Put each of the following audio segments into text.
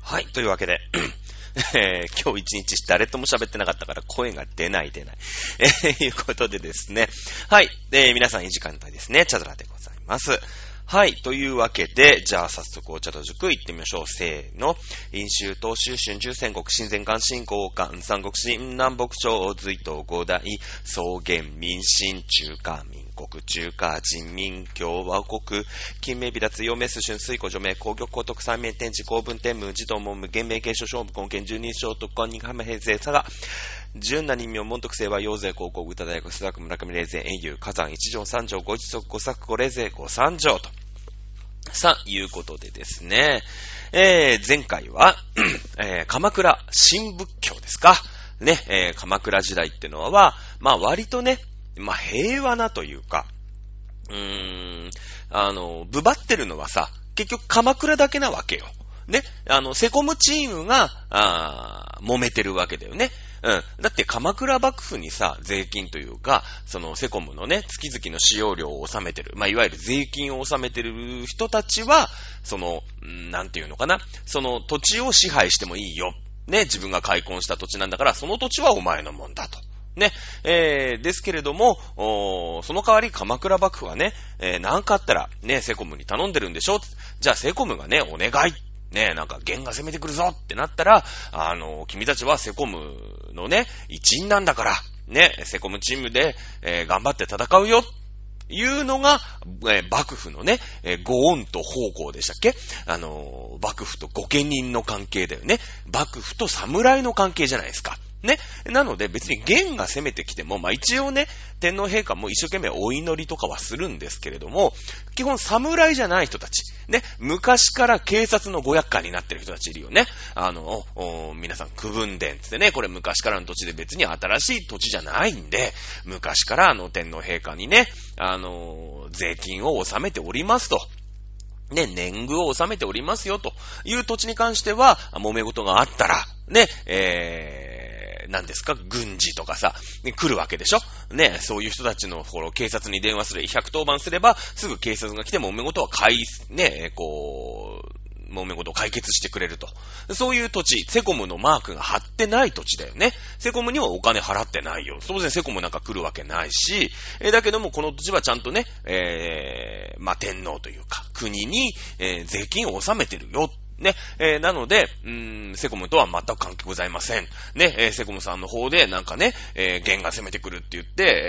はい、というわけで、今日一日誰とも喋ってなかったから声が出ない。いうことでですね。はい、皆さんいい時間帯ですね。チャドラでございます。はい。というわけで、じゃあ早速お茶と塾行ってみましょう。せーの。飲酒、東州、春秋、戦国、新前漢、新交漢、三国、新南北朝、隋東、五代、草原、民進、中華、民国、中華、人民、共和国、金明、微脱、陽明、春水、古除名、皇玉、皇徳、三面、天智、公文、天武、児童、文武、元明、慶書、勝負、根検、十二章、特官、二浜、平成、佐賀、純な人名、門徳、清和、陽勢、高校、歌大学、須田区、村上、霊勢、英雄、火山、一条、三条、五一族、五作、五霊勢、五三条と。さあ、いうことでですね、前回は、鎌倉新仏教ですか。ね、鎌倉時代ってのは、まあ割とね、まあ平和なというか、ぶばってるのはさ、結局鎌倉だけなわけよ。ね、セコムチームが、揉めてるわけだよね。だって鎌倉幕府にさ、税金というか、そのセコムのね、月々の使用料を納めてる、まあ、いわゆる税金を納めてる人たちは、その、なんていうのかな、その土地を支配してもいいよ。ね、自分が開墾した土地なんだから、その土地はお前のもんだと。ね、ですけれども、その代わり鎌倉幕府はね、なんかあったら、ね、セコムに頼んでるんでしょ？じゃあセコムがね、お願い。ねえ、なんか、元が攻めてくるぞってなったら、君たちはセコムのね、一員なんだから、ね、セコムチームで、頑張って戦うよ、いうのが、幕府のね、ご恩と奉公でしたっけ？幕府と御家人の関係だよね。幕府と侍の関係じゃないですか。ね。なので別に元が攻めてきても、まあ一応ね、天皇陛下も一生懸命お祈りとかはするんですけれども、基本侍じゃない人たち。ね。昔から警察のご厄介になってる人たちいるよね。皆さん、区分殿ってね、これ昔からの土地で別に新しい土地じゃないんで、昔から天皇陛下にね、税金を納めておりますと。ね、年貢を納めておりますよという土地に関しては、揉め事があったら、ね、何ですか、軍事とかさ、来るわけでしょね、そういう人たちの警察に電話すれ、110番すれば、すぐ警察が来て揉め事は揉め事を解決してくれると。そういう土地、セコムのマークが貼ってない土地だよね。セコムにはお金払ってないよ。当然セコムなんか来るわけないし、だけどもこの土地はちゃんとね、まあ、天皇というか、国に、税金を納めてるよ。ね、なので、セコムとは全く関係ございません。ね、セコムさんの方でなんかね、元が攻めてくるって言って、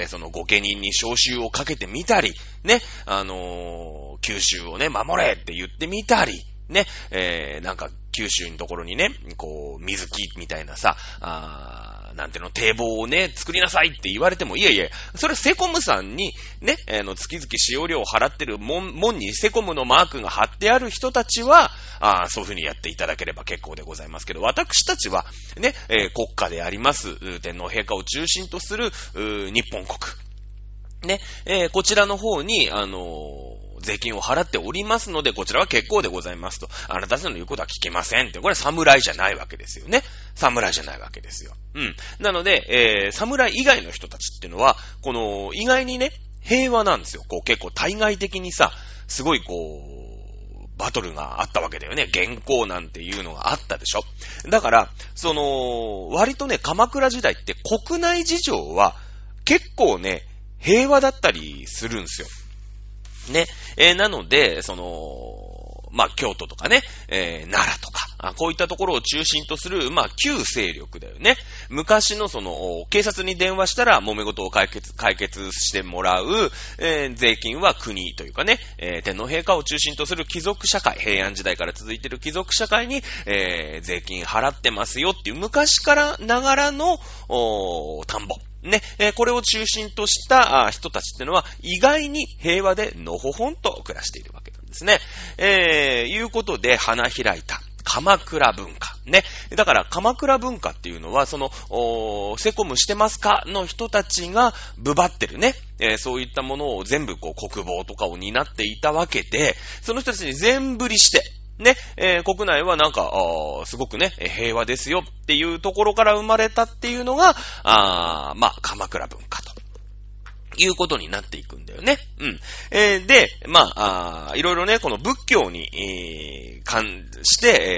その御家人に召集をかけてみたり、ね、九州をね、守れって言ってみたり、ね、なんか九州のところにね、こう、水木みたいなさ、なんていうの、堤防をね、作りなさいって言われても、いえいえ、それセコムさんに、ね、月々使用料を払ってる門にセコムのマークが貼ってある人たちは、そういうふうにやっていただければ結構でございますけど、私たちは、ね、国家であります、天皇陛下を中心とする、日本国。ね、こちらの方に、税金を払っておりますので、こちらは結構でございますと。あなたたちの言うことは聞けませんって。これは侍じゃないわけですよね。侍じゃないわけですよ。なので、侍以外の人たちっていうのは、この、意外にね、平和なんですよ。こう、結構対外的にさ、すごいこう、バトルがあったわけだよね。元寇なんていうのがあったでしょ。だから、割とね、鎌倉時代って国内事情は結構ね、平和だったりするんですよ。ね。なので、まあ、京都とかね、奈良とか、こういったところを中心とする、まあ、旧勢力だよね。昔の警察に電話したら揉め事を解決してもらう、税金は国というかね、天皇陛下を中心とする貴族社会、平安時代から続いている貴族社会に、税金払ってますよっていう昔からながらの、田んぼ。ね、これを中心とした人たちっていうのは意外に平和でのほほんと暮らしているわけなんですね。いうことで花開いた鎌倉文化。ね。だから鎌倉文化っていうのはセコムしてますかの人たちがぶばってるね。そういったものを全部こう国防とかを担っていたわけで、その人たちに全振りして、ね、国内はなんか、すごくね、平和ですよっていうところから生まれたっていうのが、まあ、鎌倉文化ということになっていくんだよね。うん。で、いろいろね、この仏教に、関して、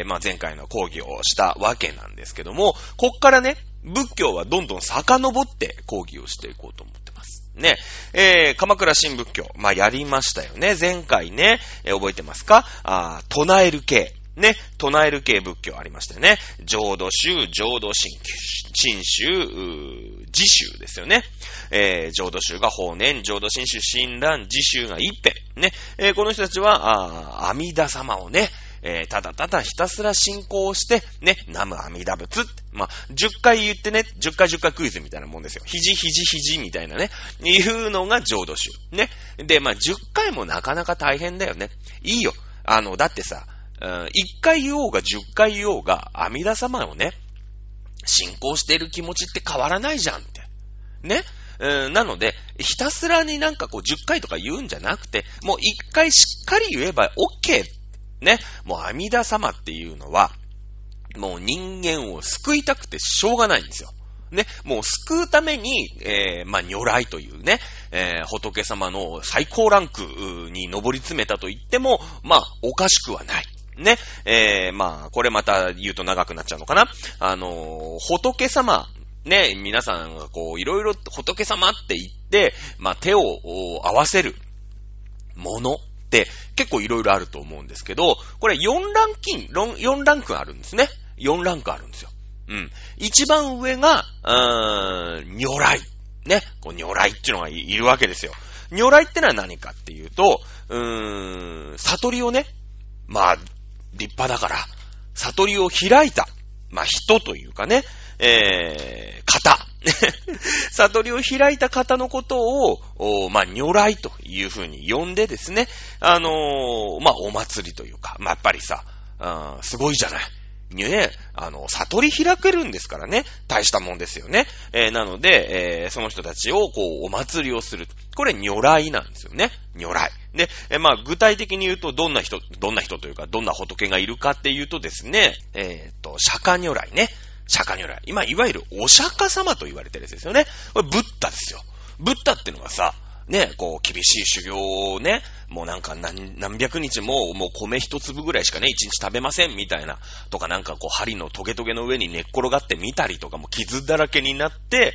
前回の講義をしたわけなんですけども、こっからね、仏教はどんどん遡って講義をしていこうと思ってます。ね。鎌倉新仏教、やりましたよね。前回ね、覚えてますか？唱える系。ね、唱える系仏教ありましたよね。浄土宗、浄土真宗、自宗ですよね。浄土宗が法然、浄土真宗親鸞、自宗が一辺。ね、この人たちは、阿弥陀様をね、ただただひたすら信仰して、ね、南無阿弥陀仏。10回言ってね、10回クイズみたいなもんですよ。肘みたいなね、いうのが浄土宗。ね。で、10回もなかなか大変だよね。いいよ。だってさ、1回言おうが10回言おうが、阿弥陀様をね、信仰している気持ちって変わらないじゃんって。ね。なので、ひたすらになんかこう10回とか言うんじゃなくて、もう1回しっかり言えば OK。ね。もう阿弥陀様っていうのは、もう人間を救いたくてしょうがないんですよ。ね。もう救うために、如来というね、仏様の最高ランクに上り詰めたと言っても、おかしくはない。ね。これまた言うと長くなっちゃうのかな。仏様、ね、皆さんがこう、いろいろ仏様って言って、手を合わせるものって結構いろいろあると思うんですけど、これ4ランクあるんですね。4ランクあるんですよ。うん。一番上が、如来。ね。こう如来っていうのがいるわけですよ。如来ってのは何かっていうと、悟りをね、立派だから、悟りを開いた、人というかね、方。悟りを開いた方のことを、如来というふうに呼んでですね、お祭りというか、やっぱりさ、すごいじゃない。ね、悟り開けるんですからね、大したもんですよね。なので、その人たちをこう、お祭りをする。これ、如来なんですよね。如来。で、具体的に言うと、どんな人というか、どんな仏がいるかっていうとですね、釈迦如来ね。釈迦如来。今、いわゆるお釈迦様と言われてるやつですよね。これ、ブッダですよ。ブッダってのはさ、ね、こう、厳しい修行をね、もうなんか何百日もう米一粒ぐらいしかね、一日食べませんみたいな、とかなんかこう、針のトゲトゲの上に寝っ転がってみたりとか、もう傷だらけになって、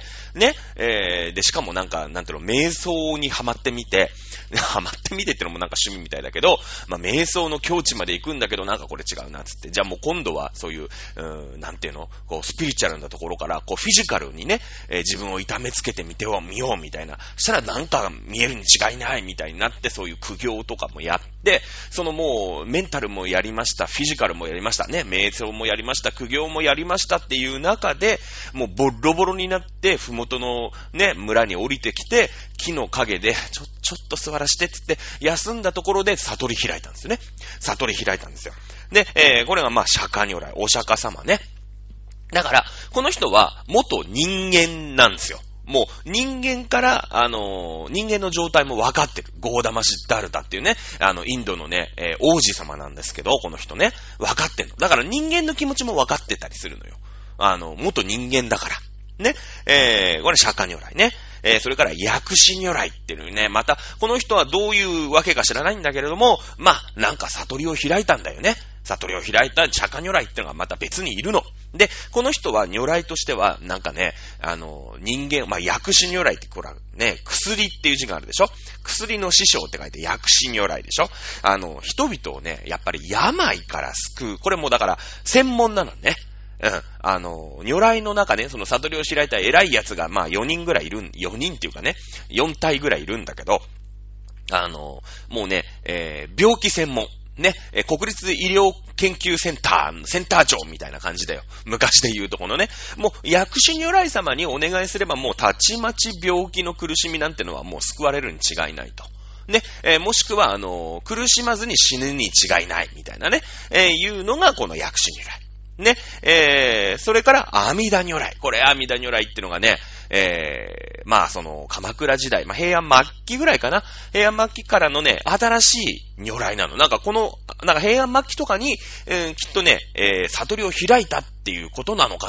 ね、で、しかもなんか、瞑想にハマってみてってのもなんか趣味みたいだけど、瞑想の境地まで行くんだけど、なんかこれ違うな、つって。じゃあもう今度はそういう、なんていうの、こう、スピリチュアルなところから、こう、フィジカルにね、自分を痛めつけてみようみたいな。したらなんか見えるに違いないみたいになって、そういう苦行とかもやって、そのもう、メンタルもやりました、フィジカルもやりました、ね、瞑想もやりました、苦行もやりましたっていう中で、もうボロボロになって、ふもとのね、村に降りてきて、木の陰で、ちょっと座らしてつって、休んだところで悟り開いたんですよね。悟り開いたんですよ。で、これが釈迦如来、お釈迦様ね。だから、この人は元人間なんですよ。もう人間から、人間の状態も分かってる。ゴーダマシッダルタっていうね、インドのね、王子様なんですけど、この人ね、分かってんの。だから人間の気持ちも分かってたりするのよ。元人間だから。ね。これ釈迦如来ね。それから薬師如来っていうね、また、この人はどういうわけか知らないんだけれども、なんか悟りを開いたんだよね。悟りを開いた釈迦如来っていうのがまた別にいるの。で、この人は如来としては、なんかね、人間、薬師如来ってこれはね、薬っていう字があるでしょ？薬の師匠って書いて薬師如来でしょ？人々をね、やっぱり病から救う。これもだから、専門なのね。如来の中ね、その悟りを開いた偉いやつが、4人ぐらいいる、4人っていうかね、4体ぐらいいるんだけど、もうね、病気専門。ね、国立医療研究センター長みたいな感じだよ。昔で言うとこのね。もう、薬師如来様にお願いすればもうたちまち病気の苦しみなんてのはもう救われるに違いないと。ね、もしくは、苦しまずに死ぬに違いないみたいなね、いうのがこの薬師如来。ね、それから阿弥陀如来。これ阿弥陀如来ってのがね、その、鎌倉時代、平安末期ぐらいかな。平安末期からのね、新しい如来なの。なんか平安末期とかに、きっとね、悟りを開いたっていうことなのかな。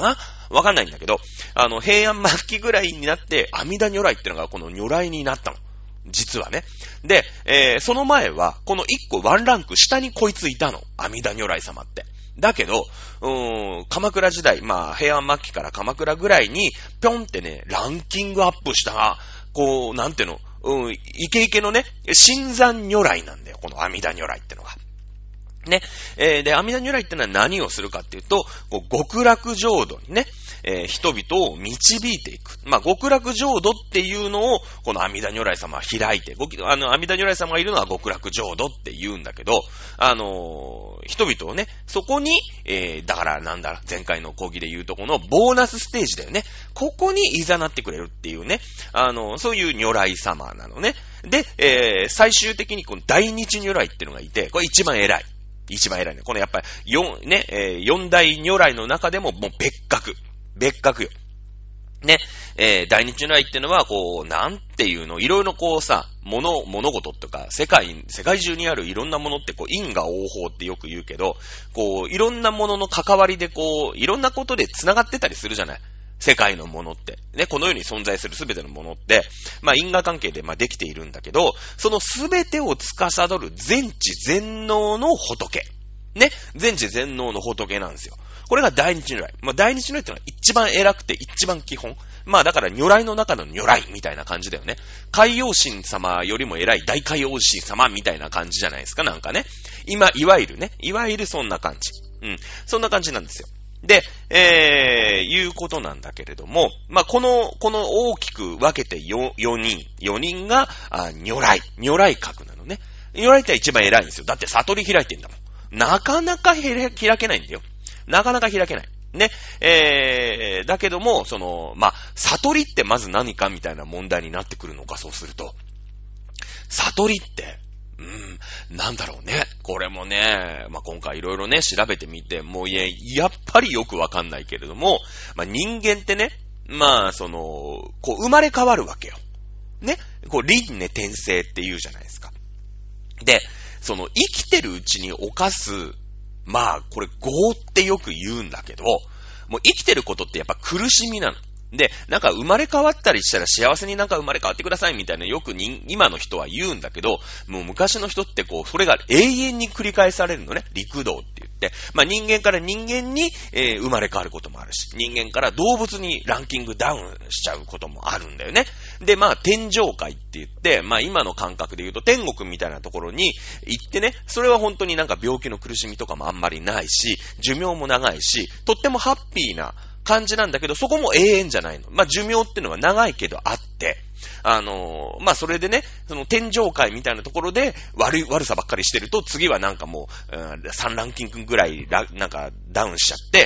わかんないんだけど、平安末期ぐらいになって、阿弥陀如来ってのがこの如来になったの。実はね。で、その前は、この一個ワンランク下にこいついたの。阿弥陀如来様って。だけど、鎌倉時代、まあ、平安末期から鎌倉ぐらいに、ぴょんってね、ランキングアップした、こう、なんていうの、イケイケのね、新山如来なんだよ。この阿弥陀如来ってのが。ね。で、阿弥陀如来ってのは何をするかっていうと、極楽浄土にね、人々を導いていく。まあ、極楽浄土っていうのを、この阿弥陀如来様は開いて、阿弥陀如来様がいるのは極楽浄土って言うんだけど、人々をね、そこに、だからなんだ、前回の講義で言うとこのボーナスステージだよね。ここに誘ってくれるっていうね、そういう如来様なのね。で、最終的にこの大日如来っていうのがいて、これ一番偉い。一番偉いね。このやっぱり四大如来の中でももう別格よ。ね。大日如来っていうのは、こう、なんていうの、いろいろこうさ、物事とか、世界中にあるいろんなものって、こう、因果応報ってよく言うけど、こう、いろんなものの関わりで、こう、いろんなことで繋がってたりするじゃない。世界のものって。ね、この世に存在するすべてのものって、まあ因果関係でできているんだけど、そのすべてを司る全知全能の仏。ね、全知全能の仏なんですよ。これが大日如来。まあ大日如来ってのは一番偉くて一番基本。まあだから如来の中の如来みたいな感じだよね。海洋神様よりも偉い大海洋神様みたいな感じじゃないですか、なんかね。いわゆるそんな感じ。そんな感じなんですよ。で、いうことなんだけれども、まあ、この大きく分けて4人が、如来格なのね。如来って一番偉いんですよ。だって悟り開いてんだもん。なかなか開けないんだよ。なかなか開けない。ね。だけども、まあ、悟りってまず何かみたいな問題になってくるのか、そうすると。悟りって、なんだろうね。これもね、まあ、今回いろいろね、調べてみて、もうやっぱりよくわかんないけれども、まあ、人間ってね、まあ、こう、生まれ変わるわけよ。ね。こう、輪廻転生って言うじゃないですか。で、生きてるうちに犯す、まあ、これ、業ってよく言うんだけど、もう生きてることってやっぱ苦しみなの。で、なんか生まれ変わったりしたら幸せになんか生まれ変わってくださいみたいなよく今の人は言うんだけど、もう昔の人ってこう、それが永遠に繰り返されるのね。陸道って言って。まあ人間から人間に、生まれ変わることもあるし、人間から動物にランキングダウンしちゃうこともあるんだよね。で、まあ天上界って言って、まあ今の感覚で言うと天国みたいなところに行ってね、それは本当になんか病気の苦しみとかもあんまりないし、寿命も長いし、とってもハッピーな感じなんだけど、そこも永遠じゃないの。まあ、寿命っていうのは長いけどあって、まあ、それでね、天上界みたいなところで悪さばっかりしてると、次はなんかもう、3ランキングぐらい、なんかダウンしちゃって、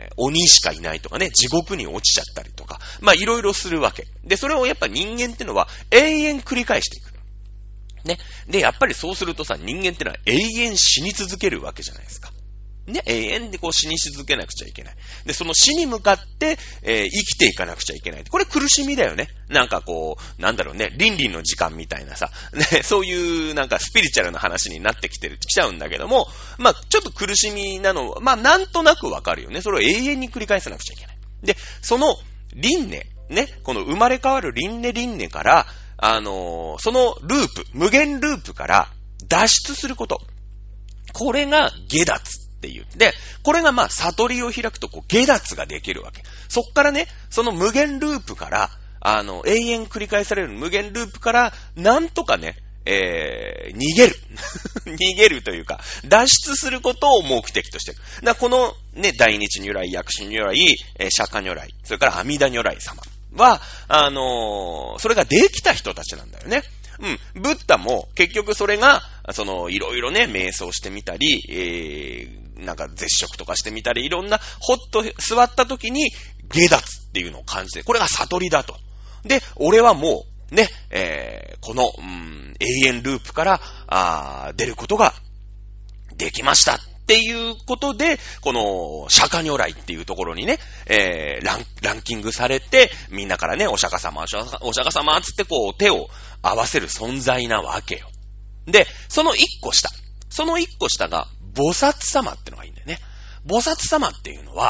鬼しかいないとかね、地獄に落ちちゃったりとか、まあ、いろいろするわけ。で、それをやっぱ人間っていうのは永遠繰り返していく。ね。で、やっぱりそうするとさ、人間ってのは永遠死に続けるわけじゃないですか。ね、永遠でこう死に続けなくちゃいけない。で、その死に向かって、生きていかなくちゃいけない。これ苦しみだよね。なんかこう、なんだろうね、倫理の時間みたいなさ、ね、そういうなんかスピリチュアルな話になってきちゃうんだけども、まあちょっと苦しみなのは、まあなんとなくわかるよね。それを永遠に繰り返さなくちゃいけない。で、その輪廻、ね、この生まれ変わる輪廻から、そのループ、無限ループから脱出すること。これが解脱。っていう。で、これがまあ悟りを開くとこう解脱ができるわけ。そっからね、その無限ループから、永遠繰り返される無限ループから、なんとかね、逃げる。逃げるというか、脱出することを目的としてる。だからこのね、大日如来、薬師如来、釈迦如来、それから阿弥陀如来様は、それができた人たちなんだよね。ブッダも結局それが、いろいろね、瞑想してみたり、なんか絶食とかしてみたり、いろんな、ほっと座った時に、解脱っていうのを感じて、これが悟りだと。で、俺はもう、ね、この、永遠ループから、出ることができました。っていうことで、この、釈迦如来っていうところにね、ランキングされて、みんなからね、お釈迦様つってこう、手を合わせる存在なわけよ。で、その一個下が、菩薩様ってのがいいんだよね。菩薩様っていうのは、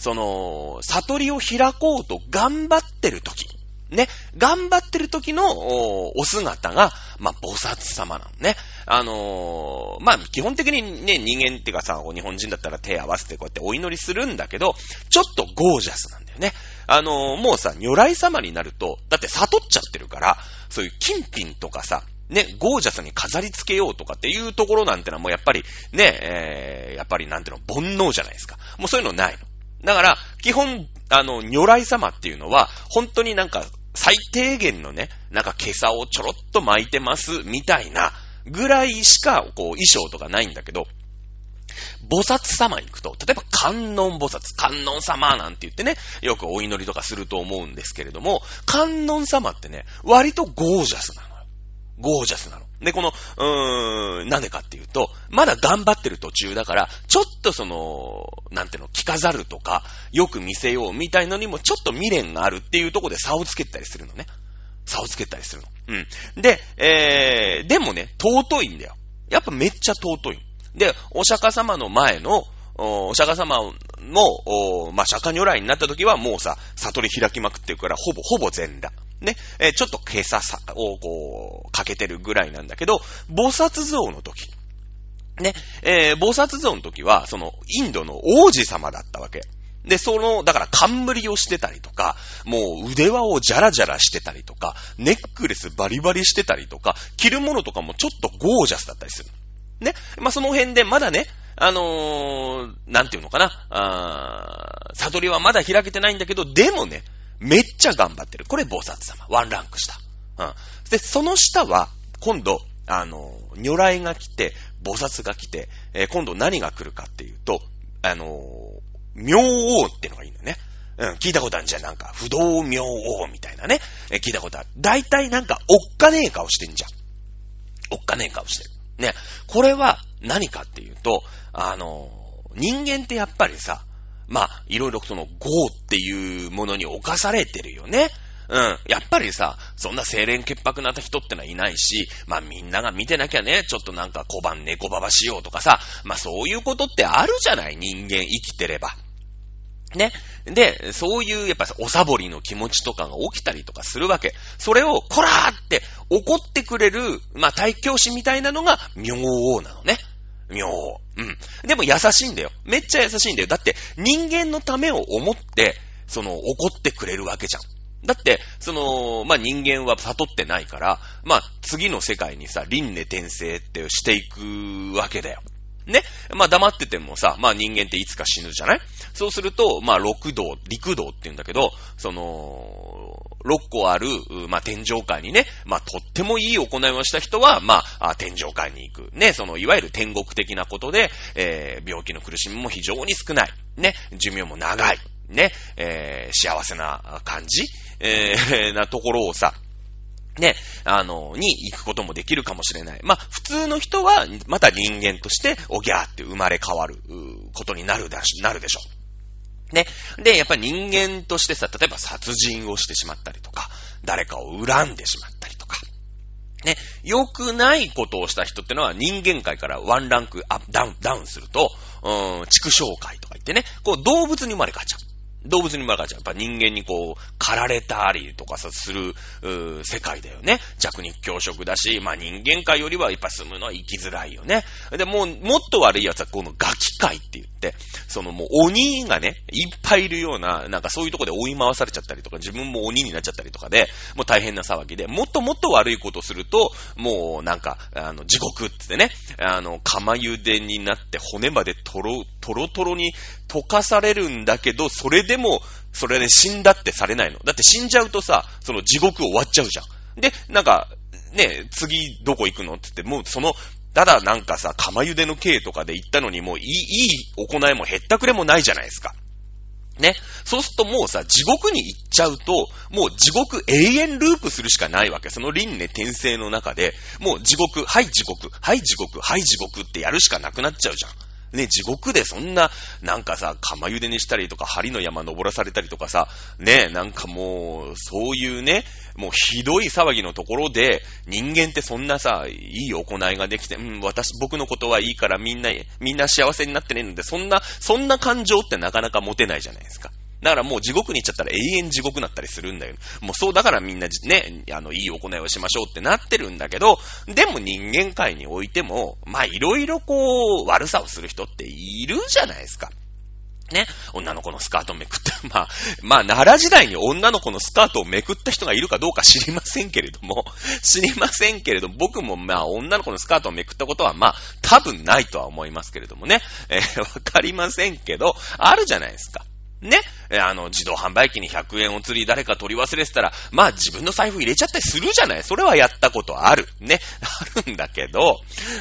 悟りを開こうと頑張ってる時、ね、頑張ってる時のお姿が、菩薩様なのね。基本的にね、人間っていうかさ、日本人だったら手合わせてこうやってお祈りするんだけど、ちょっとゴージャスなんだよね。もうさ、如来様になると、だって悟っちゃってるから、そういう金品とかさ、ね、ゴージャスに飾り付けようとかっていうところなんてのはもうやっぱり、ね、やっぱりなんていうの、煩悩じゃないですか。もうそういうのないの。だから、基本、如来様っていうのは、本当になんか、最低限のね、なんか袈裟をちょろっと巻いてます、みたいな、ぐらいしか、衣装とかないんだけど、菩薩様に行くと、例えば観音菩薩、観音様なんて言ってね、よくお祈りとかすると思うんですけれども、観音様ってね、割とゴージャスなのよ。ゴージャスなの。で、なんでかっていうと、まだ頑張ってる途中だから、ちょっとなんていうの、着飾るとか、よく見せようみたいのにもちょっと未練があるっていうところで差をつけたりするのね。差をつけたりするの。うん。で、でもね、尊いんだよ。やっぱめっちゃ尊い。で、お釈迦様の前の、お釈迦様の、釈迦如来になった時はもうさ、悟り開きまくってるから、ほぼ全裸。ね、ちょっと袈裟をかけてるぐらいなんだけど、菩薩像の時。ね、菩薩像の時は、インドの王子様だったわけ。で、だから冠をしてたりとか、もう腕輪をジャラジャラしてたりとか、ネックレスバリバリしてたりとか、着るものとかもちょっとゴージャスだったりする。ね。その辺でまだね、なんていうのかな、悟りはまだ開けてないんだけど、でもね、めっちゃ頑張ってる。これ菩薩様。ワンランク下。うん。で、その下は、今度、如来が来て、菩薩が来て、今度何が来るかっていうと、明王っていうのがいいんだよね。うん、聞いたことあるんじゃん。なんか、不動明王みたいなね。聞いたことある。大体なんか、おっかねえ顔してんじゃん。おっかねえ顔してる。ね。これは何かっていうと、人間ってやっぱりさ、いろいろ業っていうものに侵されてるよね。うん。やっぱりさ、そんな清廉潔白な人ってのはいないし、みんなが見てなきゃね、ちょっとなんか小判猫ばばしようとかさ、そういうことってあるじゃない、人間生きてれば。ね。で、そういうやっぱおサボりの気持ちとかが起きたりとかするわけ。それを、こらーって怒ってくれる、大教師みたいなのが明王なのね。明王。うん。でも優しいんだよ。めっちゃ優しいんだよ。だって人間のためを思って、怒ってくれるわけじゃん。だって、人間は悟ってないから、次の世界にさ、輪廻転生ってしていくわけだよ。ね。黙っててもさ、人間っていつか死ぬじゃない？そうすると、陸道って言うんだけど、6個ある、天上界にね、とってもいい行いをした人は、天上界に行く。ね、いわゆる天国的なことで、病気の苦しみも非常に少ない。ね、寿命も長い。ね、幸せな感じ、なところをさ、ね、に行くこともできるかもしれない。普通の人は、また人間として、おぎゃーって生まれ変わる、ことになるでしょ。ね。で、やっぱり人間としてさ、例えば殺人をしてしまったりとか、誰かを恨んでしまったりとか、ね。良くないことをした人ってのは人間界からワンランクダウンすると、畜生界とか言ってね、動物に生まれ変わっちゃう。動物に生まれ変わっちゃう。やっぱ人間に狩られたりとかさ、する、世界だよね。弱肉強食だし、人間界よりはやっぱ住むのは生きづらいよね。で、もっと悪いやつはガキ界って言って、もう鬼がね、いっぱいいるような、なんかそういうとこで追い回されちゃったりとか、自分も鬼になっちゃったりとかで、もう大変な騒ぎで、もっと悪いことすると、もうなんか、地獄ってってね、釜茹でになって骨までトロトロに溶かされるんだけど、それで死んだってされないの。だって死んじゃうとさ、地獄終わっちゃうじゃん。で、なんか、ね、次どこ行くのって言って、もうただなんかさ、釜茹での刑とかで行ったのにもういい行いもへったくれもないじゃないですか。ね。そうするともうさ、地獄に行っちゃうと、もう地獄永遠ループするしかないわけ。その輪廻転生の中で、もう地獄、はい地獄、はい地獄、はい地獄ってやるしかなくなっちゃうじゃん。 ね、地獄でそんな、なんかさ、釜茹でにしたりとか、針の山登らされたりとかさ、ね、なんかもう、そういうね、もうひどい騒ぎのところで、人間ってそんなさ、いい行いができて、僕のことはいいからみんな幸せになってねえので、そんな感情ってなかなか持てないじゃないですか。だからもう地獄に行っちゃったら永遠地獄になったりするんだよ。もうそうだからみんなね、いい行いをしましょうってなってるんだけど、でも人間界においても、まあいろいろこう、悪さをする人っているじゃないですか。ね。女の子のスカートをめくった。まあ、奈良時代に女の子のスカートをめくった人がいるかどうか知りませんけれども、僕もまあ、女の子のスカートをめくったことはまあ、多分ないとは思いますけれどもね。わかりませんけど、あるじゃないですか。ね。自動販売機に100円お釣り誰か取り忘れてたら、まあ自分の財布入れちゃったりするじゃない。それはやったことある。ね。あるんだけど、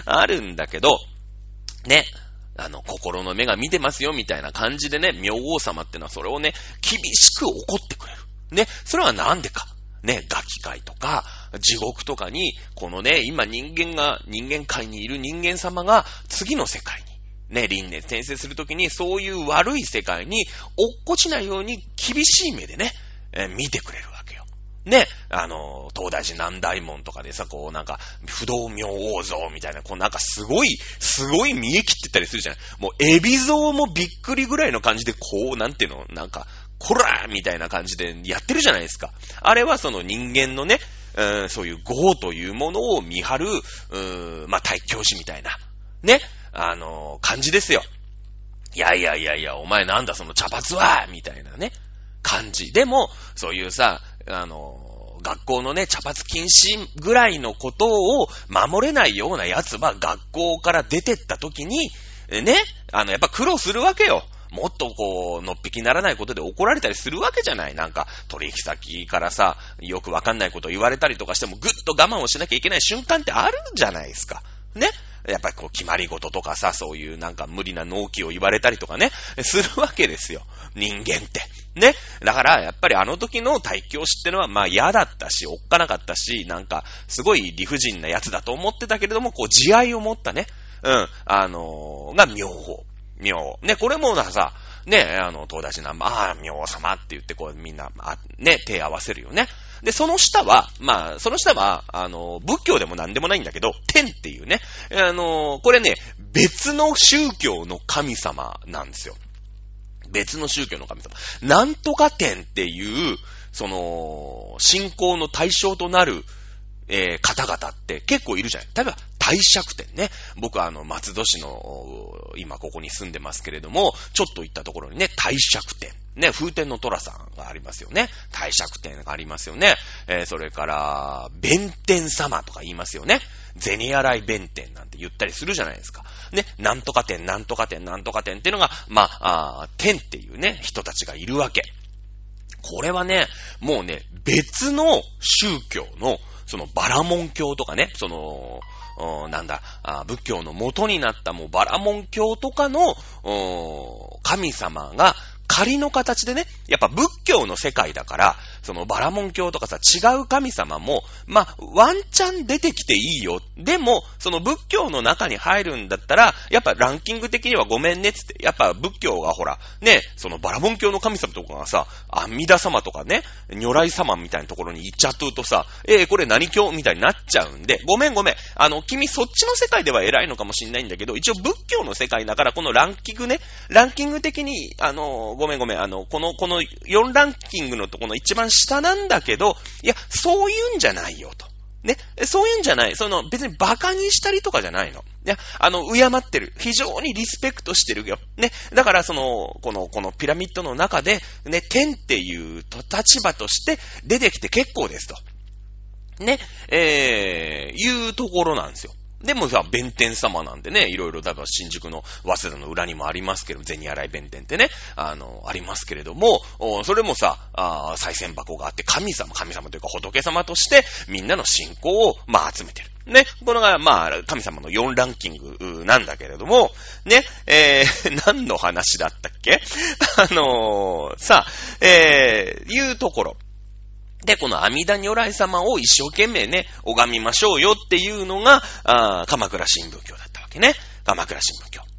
ね。心の目が見てますよみたいな感じでね、明王様ってのはそれをね、厳しく怒ってくれる。ね。それはなんでか。ね。ガキ界とか、地獄とかに、このね、今人間界にいる人間様が次の世界に、ね、輪廻転生するときに、そういう悪い世界に落っこちないように厳しい目でね、見てくれるわけよ。ね、東大寺南大門とかでさ、こうなんか、不動明王像みたいな、こうなんかすごい見え切ってたりするじゃない。もう、エビ像もびっくりぐらいの感じで、こう、なんていうの、なんか、こらーみたいな感じでやってるじゃないですか。あれはその人間のね、そういう業というものを見張る、まあ、大教師みたいな、ね、感じですよ。いや、お前なんだその茶髪はみたいなね、感じ。でも、そういうさ、学校のね、茶髪禁止ぐらいのことを守れないようなやつは学校から出てった時に、ね、やっぱ苦労するわけよ。もっとこう、のっぴきにならないことで怒られたりするわけじゃない。なんか、取引先からさ、よくわかんないことを言われたりとかしても、ぐっと我慢をしなきゃいけない瞬間ってあるじゃないですか。ね。やっぱりこう決まり事とかさ、そういうなんか無理な納期を言われたりとかね、するわけですよ。人間って。ね。だから、やっぱりあの時の大教師ってのは、まあ嫌だったし、おっかなかったし、なんか、すごい理不尽なやつだと思ってたけれども、こう、慈愛を持ったね、が明王。ね、これもさ、ね、東大寺明王様って言って、こう、みんな、ね、手合わせるよね。で、その下は、仏教でも何でもないんだけど、天っていうね、これね、別の宗教の神様なんですよ。別の宗教の神様。なんとか天っていう、その、信仰の対象となる、方々って結構いるじゃない。例えば、帝釈天ね。僕は松戸市の、今ここに住んでますけれども、ちょっと行ったところにね、帝釈天。ね、風天の虎さんがありますよね。帝釈天がありますよね。それから、弁天様とか言いますよね。銭洗弁天なんて言ったりするじゃないですか。ね、なんとか天っていうのが、天っていうね、人たちがいるわけ。これはね、もうね、別の宗教の、そのバラモン教とかね、その、仏教の元になったもうバラモン教とかの、神様が仮の形でね、やっぱ仏教の世界だから、そのバラモン教とかさ、違う神様も、ワンチャン出てきていいよ。でも、その仏教の中に入るんだったら、やっぱランキング的にはごめんねっつって、やっぱ仏教がほら、ね、そのバラモン教の神様とかがさ、阿弥陀様とかね、如来様みたいなところに行っちゃうとさ、これ何教みたいになっちゃうんで、ごめん。君そっちの世界では偉いのかもしんないんだけど、一応仏教の世界だから、このランキング的に、ごめん。この4ランキングのとこの一番下なんだけど、いや、そういうんじゃないよと。ね。そういうんじゃない。別に馬鹿にしたりとかじゃないの。いや、敬ってる。非常にリスペクトしてるよ。ね。だから、このピラミッドの中で、ね、天っていう立場として出てきて結構ですと。ね。いうところなんですよ。でもさ、弁天様なんでね、いろいろ、だから新宿の早稲田の裏にもありますけど、銭洗弁天ってね、ありますけれども、それもさ、賽銭箱があって、神様というか仏様として、みんなの信仰を、集めてる。ね、これが、神様の4ランキングなんだけれども、ね、何の話だったっけいうところ。で、この阿弥陀如来様を一生懸命ね、拝みましょうよっていうのが、鎌倉新仏教だったわけね。鎌倉新仏教。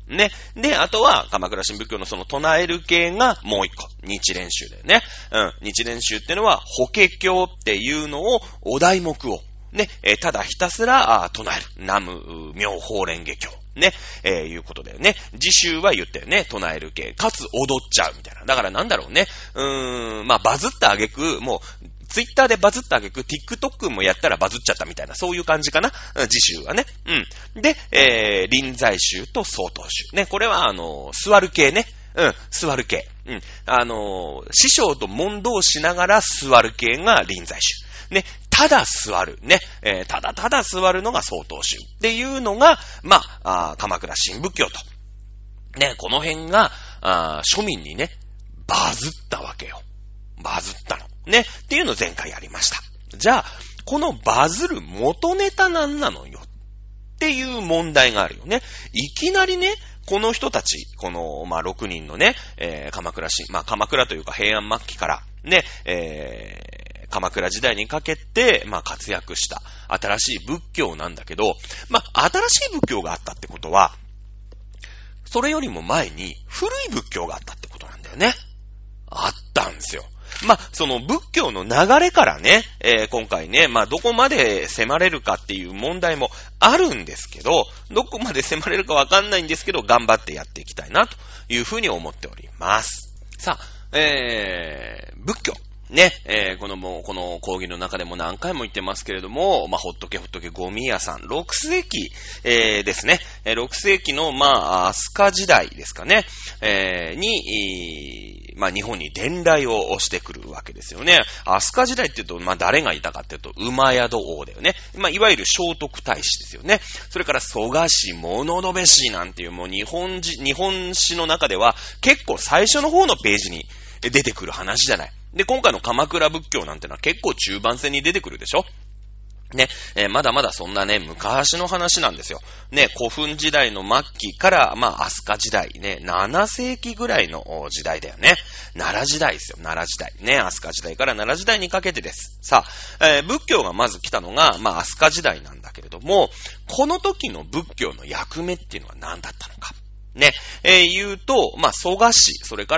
ね。で、あとは、鎌倉新仏教のその唱える系がもう一個。日蓮宗だよね。日蓮宗ってのは、法華経っていうのを、お題目を、ね、ただひたすら唱える。南無妙法蓮華経。ね、いうことだよね。自宗は言ったよね。唱える系。かつ踊っちゃうみたいな。だからなんだろうね。まあ、バズった挙句、もう、ツイッターでバズった挙句、TikTok もやったらバズっちゃったみたいな、そういう感じかな。自宗はね。で、臨済宗と曹洞宗。ね、これは座る系ね。座る系。師匠と問答しながら座る系が臨済宗。ね、ただ座る。ね、ただただ座るのが曹洞宗。っていうのが、まあ、鎌倉新仏教と。ね、この辺が、庶民にね、バズったわけよ。バズったの。ね、っていうのを前回やりました。じゃあ、このバズる元ネタなんなのよ。っていう問題があるよね。いきなりね、この人たち、この、6人のね、鎌倉というか平安末期から、ね、鎌倉時代にかけて、活躍した新しい仏教なんだけど、新しい仏教があったってことは、それよりも前に古い仏教があったってことなんだよね。あったんですよ。その仏教の流れからね、今回ね、どこまで迫れるかっていう問題もあるんですけど、どこまで迫れるかわかんないんですけど、頑張ってやっていきたいなというふうに思っております。さあ、仏教。ね、この講義の中でも何回も言ってますけれども、ほっとけゴミ屋さん、6世紀、ですね。6世紀の、飛鳥時代ですかね、に、日本に伝来をしてくるわけですよね。飛鳥時代って言うと、誰がいたかっていうと、馬宿王だよね。いわゆる聖徳太子ですよね。それから蘇我氏、物部氏なんていう、もう日本史の中では、結構最初の方のページに出てくる話じゃない。で、今回の鎌倉仏教なんてのは結構中盤戦に出てくるでしょ。ね、まだまだそんなね、昔の話なんですよ。ね、古墳時代の末期から、飛鳥時代ね、7世紀ぐらいの時代だよね。奈良時代ですよ、奈良時代。ね、飛鳥時代から奈良時代にかけてです。さあ、仏教がまず来たのが、飛鳥時代なんだけれども、この時の仏教の役目っていうのは何だったのか。ね、言うと、蘇我氏、それから、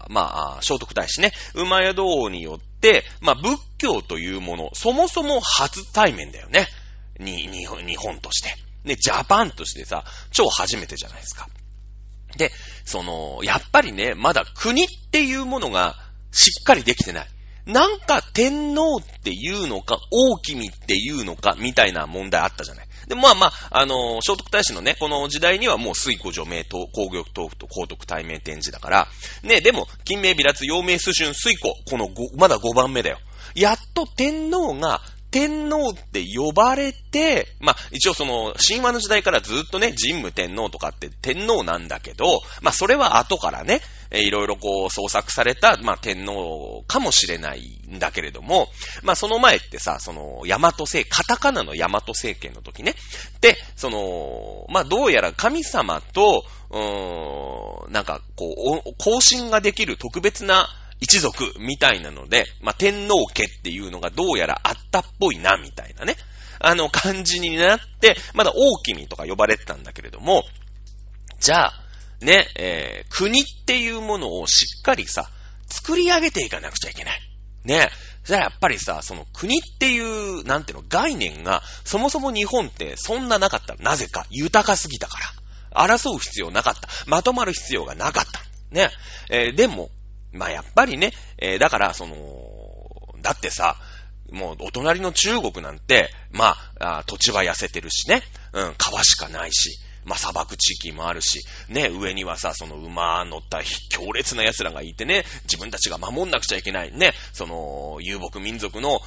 聖徳太子ね、馬宿王によって、仏教というもの、そもそも初対面だよね。日本として。ね、ジャパンとしてさ、超初めてじゃないですか。で、やっぱりね、まだ国っていうものがしっかりできてない。なんか天皇っていうのか、大君っていうのか、みたいな問題あったじゃない。で、聖徳太子のね、この時代にはもう水庫除名と、皇玉豆腐と皇徳対名天示だから、ね、でも、金明微辣、陽明崇春、水庫、まだ5番目だよ。やっと天皇が、天皇って呼ばれて、一応神話の時代からずっとね、神武天皇とかって天皇なんだけど、それは後からね、いろいろ創作された、天皇かもしれないんだけれども、その前ってさ、カタカナの大和政権の時ね。で、どうやら神様と、交信ができる特別な一族みたいなので、天皇家っていうのがどうやらあったっぽいな、みたいなね。感じになって、まだ大君とか呼ばれてたんだけれども、じゃあ、ね、国っていうものをしっかりさ、作り上げていかなくちゃいけない。ね。じゃあやっぱりさ、国っていう、概念が、そもそも日本ってそんななかった。なぜか、豊かすぎたから。争う必要なかった。まとまる必要がなかった。ね。でも、やっぱりね、だから、だってさ、もうお隣の中国なんて、土地は痩せてるしね、川しかないし、砂漠地域もあるし、ね、上にはさ、馬乗った強烈な奴らがいてね、自分たちが守んなくちゃいけない、ね、遊牧民族の、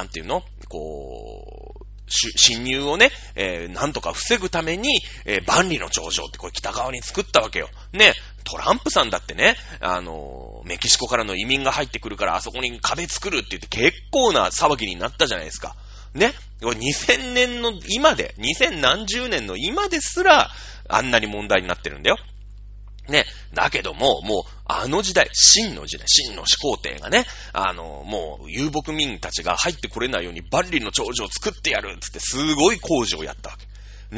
侵入をね、なんとか防ぐために、万里の長城ってこれ北側に作ったわけよ。ね、トランプさんだってね、メキシコからの移民が入ってくるからあそこに壁作るって言って結構な騒ぎになったじゃないですか。ね。2000年の今で、2000何十年の今ですら、あんなに問題になってるんだよ。ね。だけども、もう、あの時代、秦の始皇帝がね、もう、遊牧民たちが入ってこれないように万里の長城を作ってやるっつって、すごい工事をやったわけ。ね。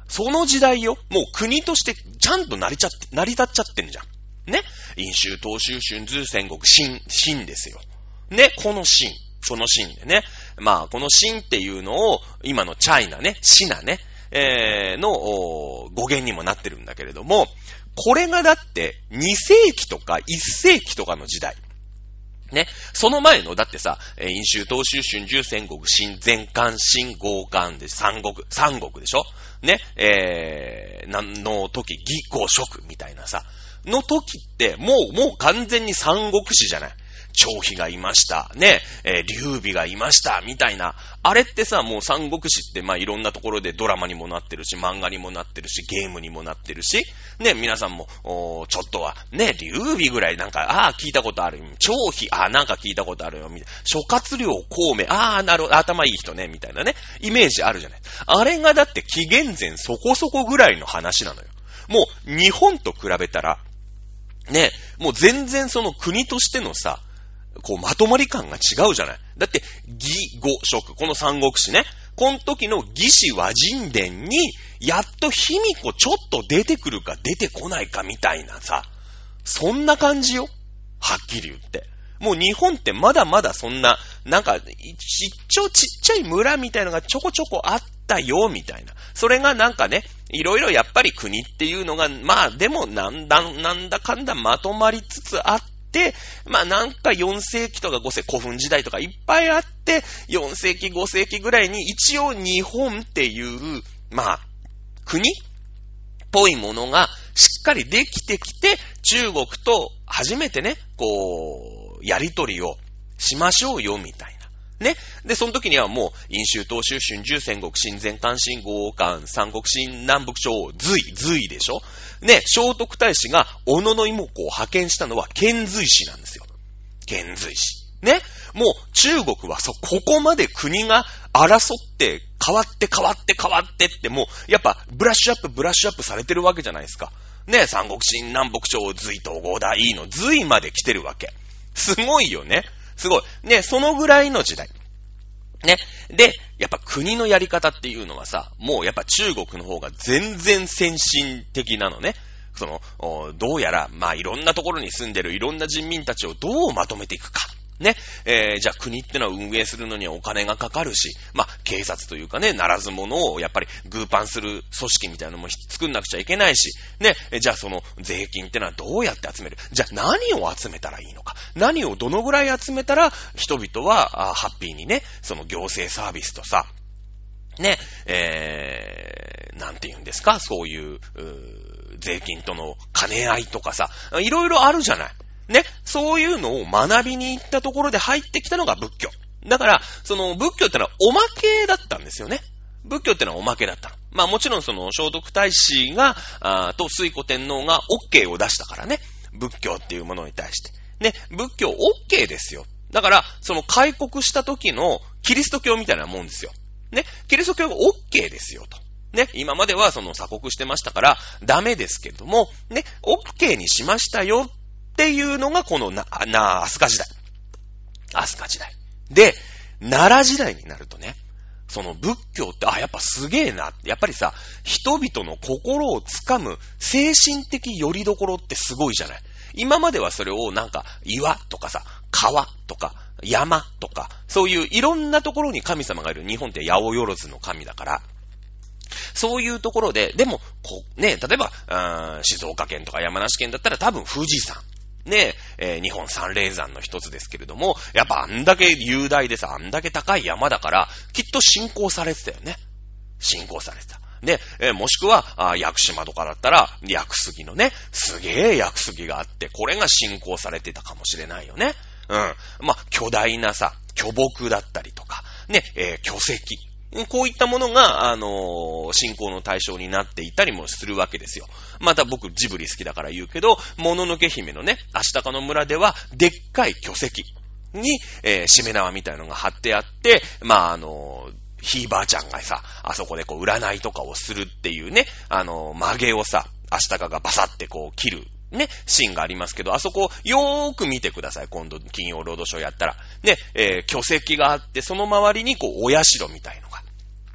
その時代よ。もう国としてちゃんと成り立っちゃってんじゃん。ね。殷州、東州、春秋、戦国、秦ですよ。ね。この秦でね。まあ、この秦っていうのを、今のチャイナね、シナね、の語源にもなってるんだけれども、これがだって2世紀とか1世紀とかの時代。ね。その前の、だってさ、殷州、東州、春秋、戦国、秦、前漢、秦、後漢で三国でしょね。の時、魏、呉、蜀みたいなさ、の時って、もう完全に三国志じゃない。張飛がいました。ね。劉備がいました。みたいな。あれってさ、もう三国志って、まあ、いろんなところでドラマにもなってるし、漫画にもなってるし、ゲームにもなってるし、ね、皆さんも、ちょっとは、ね、劉備ぐらいなんか、聞いたことある。張飛、なんか聞いたことあるよ。みたいな。諸葛亮、孔明、なるほど、頭いい人ね、みたいなね、イメージあるじゃない。あれがだって紀元前そこそこぐらいの話なのよ。もう、日本と比べたら、ね、もう全然その国としてのさ、こうまとまり感が違うじゃない。だって、魏、呉、蜀、この三国志ね。この時の魏志倭人伝に、やっと卑弥呼ちょっと出てくるか出てこないかみたいなさ、そんな感じよ。はっきり言って。もう日本ってまだまだそんな、なんか、ちっちゃい村みたいなのがちょこちょこあったよ、みたいな。それがなんかね、いろいろやっぱり国っていうのが、まあでもなんだかんだまとまりつつあって、まあなんか4世紀とか5世紀、古墳時代とかいっぱいあって、4世紀5世紀ぐらいに一応日本っていう、まあ、国っぽいものがしっかりできてきて、中国と初めてね、こう、やりとりをしましょうよ、みたいな。ね。で、その時にはもう、殷州、東州、春秋、戦国、秦、前漢、秦、後漢、三国、秦、南北朝、隋でしょ。ね、聖徳太子が、小野妹子を派遣したのは、遣隋使なんですよ。遣隋使。ね。もう、中国はここまで国が争って、変わってって、もう、やっぱ、ブラッシュアップされてるわけじゃないですか。ね、三国、秦、南北朝、隋、東郷大の隋まで来てるわけ。すごいよね。すごい。ね、そのぐらいの時代。ね。で、やっぱ国のやり方っていうのはさ、もうやっぱ中国の方が全然先進的なのね。どうやら、まあいろんなところに住んでるいろんな人民たちをどうまとめていくか。ね。じゃあ国ってのは運営するのにはお金がかかるし、まあ警察というかね、ならず者をやっぱりグーパンする組織みたいなのも作んなくちゃいけないし、ね。じゃあその税金ってのはどうやって集める？じゃあ何を集めたらいいのか？何をどのぐらい集めたら人々はハッピーにね、その行政サービスとさ、ね、なんて言うんですか、そういう、税金との兼ね合いとかさ、いろいろあるじゃない。ね、そういうのを学びに行ったところで入ってきたのが仏教。だから、その仏教ってのはおまけだったんですよね。仏教ってのはおまけだったの。まあもちろんその聖徳太子が、と推古天皇が OK を出したからね。仏教っていうものに対して。ね、仏教 OK ですよ。だから、その開国した時のキリスト教みたいなもんですよ。ね、キリスト教が OK ですよと。ね、今まではその鎖国してましたからダメですけども、ね、OK にしましたよっていうのがこの飛鳥時代。飛鳥時代。で、奈良時代になるとね、その仏教って、やっぱすげえな。やっぱりさ、人々の心をつかむ精神的拠り所ってすごいじゃない。今まではそれをなんか岩とかさ、川とか山とか、そういういろんなところに神様がいる。日本って八百万の神だから、そういうところで、でも、ね、例えば、静岡県とか山梨県だったら多分富士山。ね、日本三霊山の一つですけれども、やっぱあんだけ雄大でさ、あんだけ高い山だから、きっと信仰されてたよね。信仰されてた。で、もしくは、屋久島とかだったら、屋久杉のね、すげえ屋久杉があって、これが信仰されてたかもしれないよね。うん。まあ、巨大なさ、巨木だったりとか、ね、巨石。こういったものが、信仰の対象になっていたりもするわけですよ。また僕ジブリ好きだから言うけど、もののけ姫のね、アシタカの村では、でっかい巨石に、しめ縄みたいなのが貼ってあって、まあ、ひいばあちゃんがさ、あそこでこう占いとかをするっていうね、曲げをさ、アシタカがバサってこう切る。ね、シーンがありますけど、あそこよーく見てください。今度、金曜ロードショーやったら。ね、巨石があって、その周りにこう、お社みたいのが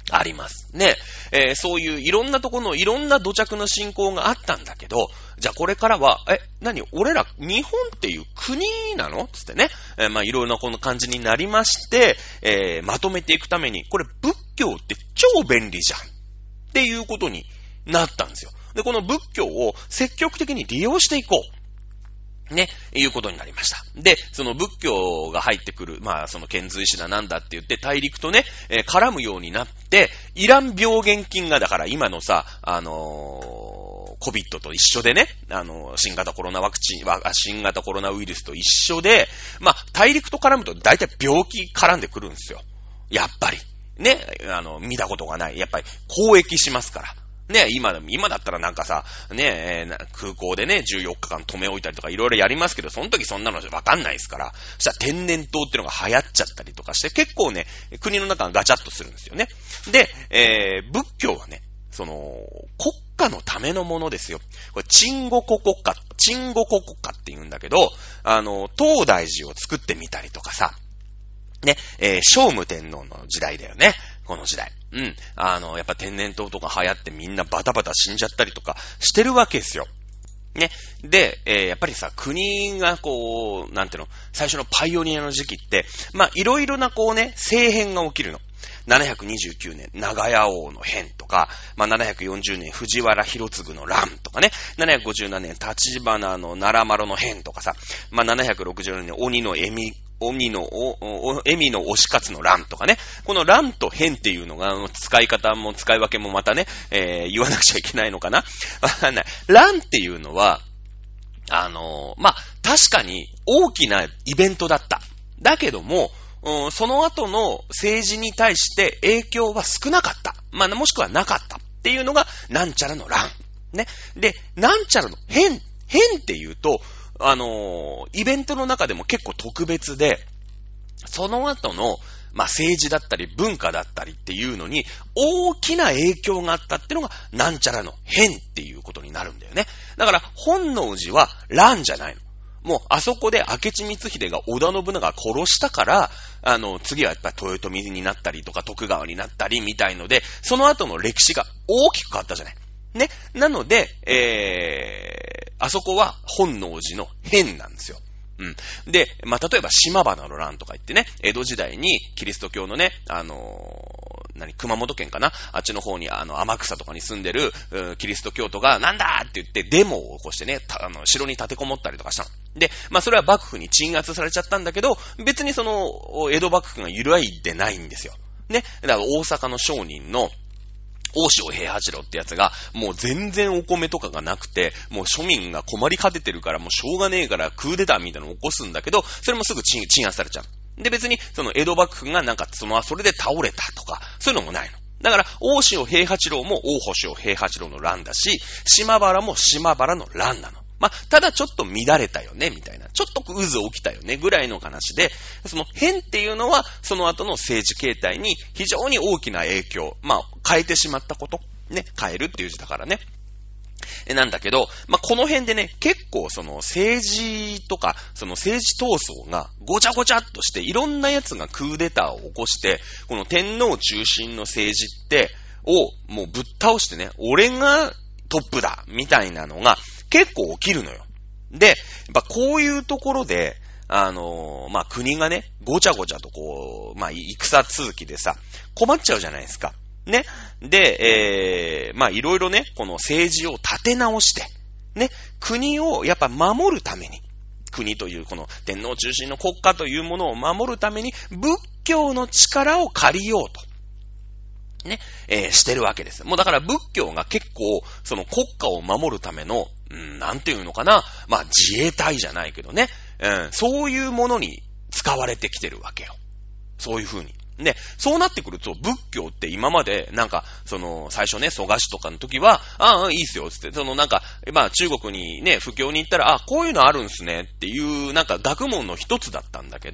あります。ね。そういういろんなところのいろんな土着の信仰があったんだけど、じゃあこれからは、俺ら日本っていう国なのつってね。まあいろいろなこの感じになりまして、まとめていくために、これ仏教って超便利じゃん。っていうことになったんですよ。で、この仏教を積極的に利用していこう。ね、いうことになりました。で、その仏教が入ってくる、まあ、その遣隋使だなんだって言って大陸とね、絡むようになって、イラン病原菌がだから今のさ、コビットと一緒でね、新型コロナウイルスと一緒で、まあ、大陸と絡むと大体病気絡んでくるんですよ。やっぱり。ね、見たことがない。やっぱり、交易しますから。ね、今だったらなんかさ、ね、空港でね、14日間止め置いたりとかいろいろやりますけど、その時そんなのわかんないですから、そしたら天然痘っていうのが流行っちゃったりとかして、結構ね、国の中がガチャッとするんですよね。で、仏教はね、その、国家のためのものですよ。これ、鎮護国家って言うんだけど、東大寺を作ってみたりとかさ、ね、聖武天皇の時代だよね。この時代。やっぱ天然痘とか流行ってみんなバタバタ死んじゃったりとかしてるわけですよ。ね。で、やっぱりさ、国がこう、なんていうの、最初のパイオニアの時期って、まあ、いろいろなこうね、政変が起きるの。729年、長屋王の変とか、まあ、740年、藤原広次の乱とかね、757年、立花の奈良丸の変とかさ、まあ、760年、鬼の恵美の推し活の乱とかね、この乱と変っていうのが、使い方も使い分けもまたね、言わなくちゃいけないのかなわかんない。乱っていうのは、まあ、確かに大きなイベントだった。だけども、その後の政治に対して影響は少なかった。まあ、もしくはなかったっていうのが、なんちゃらの乱。ね。で、なんちゃらの変っていうと、イベントの中でも結構特別で、その後の、まあ、政治だったり文化だったりっていうのに大きな影響があったっていうのがなんちゃらの変っていうことになるんだよね。だから本能寺は乱じゃないの。もうあそこで明智光秀が織田信長を殺したから、次はやっぱり豊臣になったりとか徳川になったりみたいので、その後の歴史が大きく変わったじゃない。ね。なので、あそこは本能寺の変なんですよ。で、まあ、例えば島花の乱とか言ってね、江戸時代にキリスト教のね、熊本県かなあっちの方に天草とかに住んでる、キリスト教徒がなんだって言ってデモを起こしてね、城に立てこもったりとかしたの。で、まあ、それは幕府に鎮圧されちゃったんだけど、別にその、江戸幕府が揺らいでないんですよ。ね。だから大阪の商人の大塩平八郎ってやつが、もう全然お米とかがなくて、もう庶民が困り果ててるから、もうしょうがねえからクーデターみたいなのを起こすんだけど、それもすぐ鎮圧されちゃう。で、別に、その江戸幕府がなんか、それで倒れたとか、そういうのもないの。だから、大塩平八郎も大塩平八郎の乱だし、島原も島原の乱なの。まあ、ただちょっと乱れたよね、みたいな。ちょっと渦起きたよね、ぐらいの話で、その変っていうのは、その後の政治形態に非常に大きな影響、まあ、変えてしまったこと。ね、変えるっていう字だからね。なんだけど、まあ、この辺でね、結構その政治とか、その政治闘争がごちゃごちゃっとして、いろんなやつがクーデターを起こして、この天皇中心の政治をもうぶっ倒してね、俺がトップだみたいなのが結構起きるのよ。で、やっぱこういうところで、まあ、国がね、ごちゃごちゃとこう、まあ、戦続きでさ、困っちゃうじゃないですか。ね。で、まあ、いろいろね、この政治を立て直して、ね、国をやっぱ守るために、国というこの天皇中心の国家というものを守るために、仏教の力を借りようと。ね、してるわけです。もうだから仏教が結構、その国家を守るための、なんていうのかな、まあ自衛隊じゃないけどね、そういうものに使われてきてるわけよ。そういう風に。で、そうなってくると、仏教って今まで、なんか、最初ね、蘇我氏とかの時は、いいっすよ、つって、なんか、まあ、中国にね、布教に行ったら、こういうのあるんすね、っていう、なんか、学問の一つだったんだけど、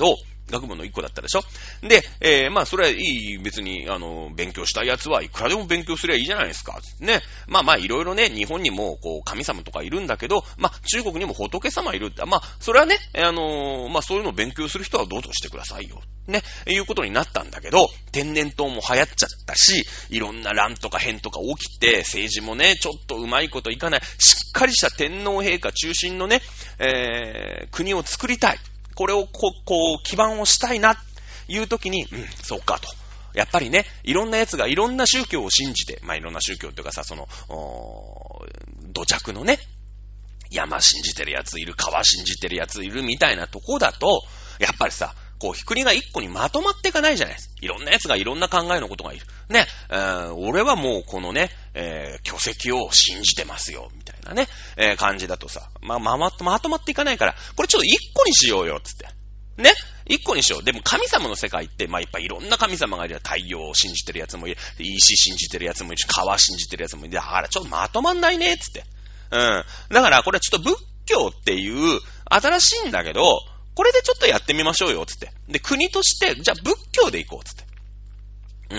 学問の一個だったでしょ。で、まあ、それはいい、別に、勉強したいやつはいくらでも勉強すればいいじゃないですか。ね。まあ、いろいろね、日本にも、神様とかいるんだけど、まあ、中国にも仏様いる。まあ、それはね、まあ、そういうのを勉強する人はどうぞしてくださいよ。ね。いうことになったんだけど、天然痘も流行っちゃったし、いろんな乱とか変とか起きて、政治もね、ちょっとうまいこといかない、しっかりした天皇陛下中心のね、国を作りたい。これを基盤をしたいな、いうときに、そうかと。やっぱりね、いろんな奴がいろんな宗教を信じて、まあ、いろんな宗教っていうかさ、土着のね、山信じてる奴いる、川信じてる奴いるみたいなとこだと、やっぱりさ、国が一個にまとまっていかないじゃないですか。いろんな奴がいろんな考えのことがいる。ね、俺はもうこのね、巨石を信じてますよ、みたいなね、感じだとさ、まとまっていかないから、これちょっと一個にしようよ、つって。ね、一個にしよう。でも神様の世界って、まあ、いっぱいいろんな神様がいる。太陽を信じてる奴もいる。石信じてる奴もいるし、川信じてる奴もいる。だからちょっとまとまんないね、つって。だからこれちょっと仏教っていう新しいんだけど、これでちょっとやってみましょうよ、つって。で、国として、じゃあ仏教で行こう、つって。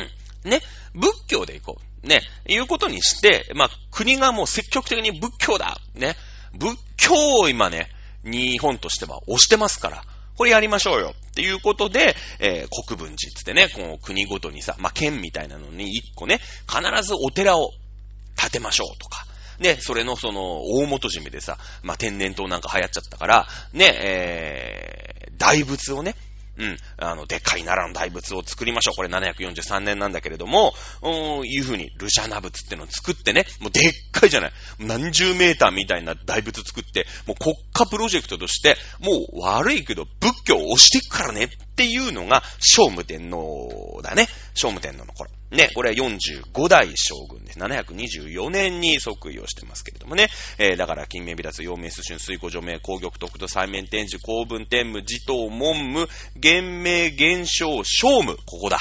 ね、仏教で行こう。ね、いうことにして、まあ、国がもう積極的に仏教だ。ね、仏教を今ね、日本としては推してますから、これやりましょうよ。っていうことで、国分寺つってね、この国ごとにさ、まあ、県みたいなのに一個ね、必ずお寺を建てましょうとか。で、それの大元締めでさ、まあ、天然痘なんか流行っちゃったから、ね、大仏をね、でっかい奈良の大仏を作りましょう。これ743年なんだけれども、いう風に、ルシャナ仏ってのを作ってね、もうでっかいじゃない。何十メーターみたいな大仏作って、もう国家プロジェクトとして、もう悪いけど仏教を推していくからねっていうのが、聖武天皇だね。聖武天皇の頃。ね、これは45代将軍です。724年に即位をしてますけれどもね。だから、金明微脱、陽明崇春、水庫除明、皇玉徳と西面天寿、公文天武、持統文武、元明元正、聖武。ここだ。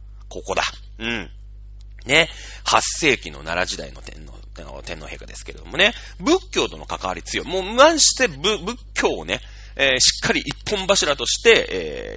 ね。8世紀の奈良時代の天皇陛下ですけれどもね。仏教との関わり強い。もう、まして仏教をね、しっかり一本柱として、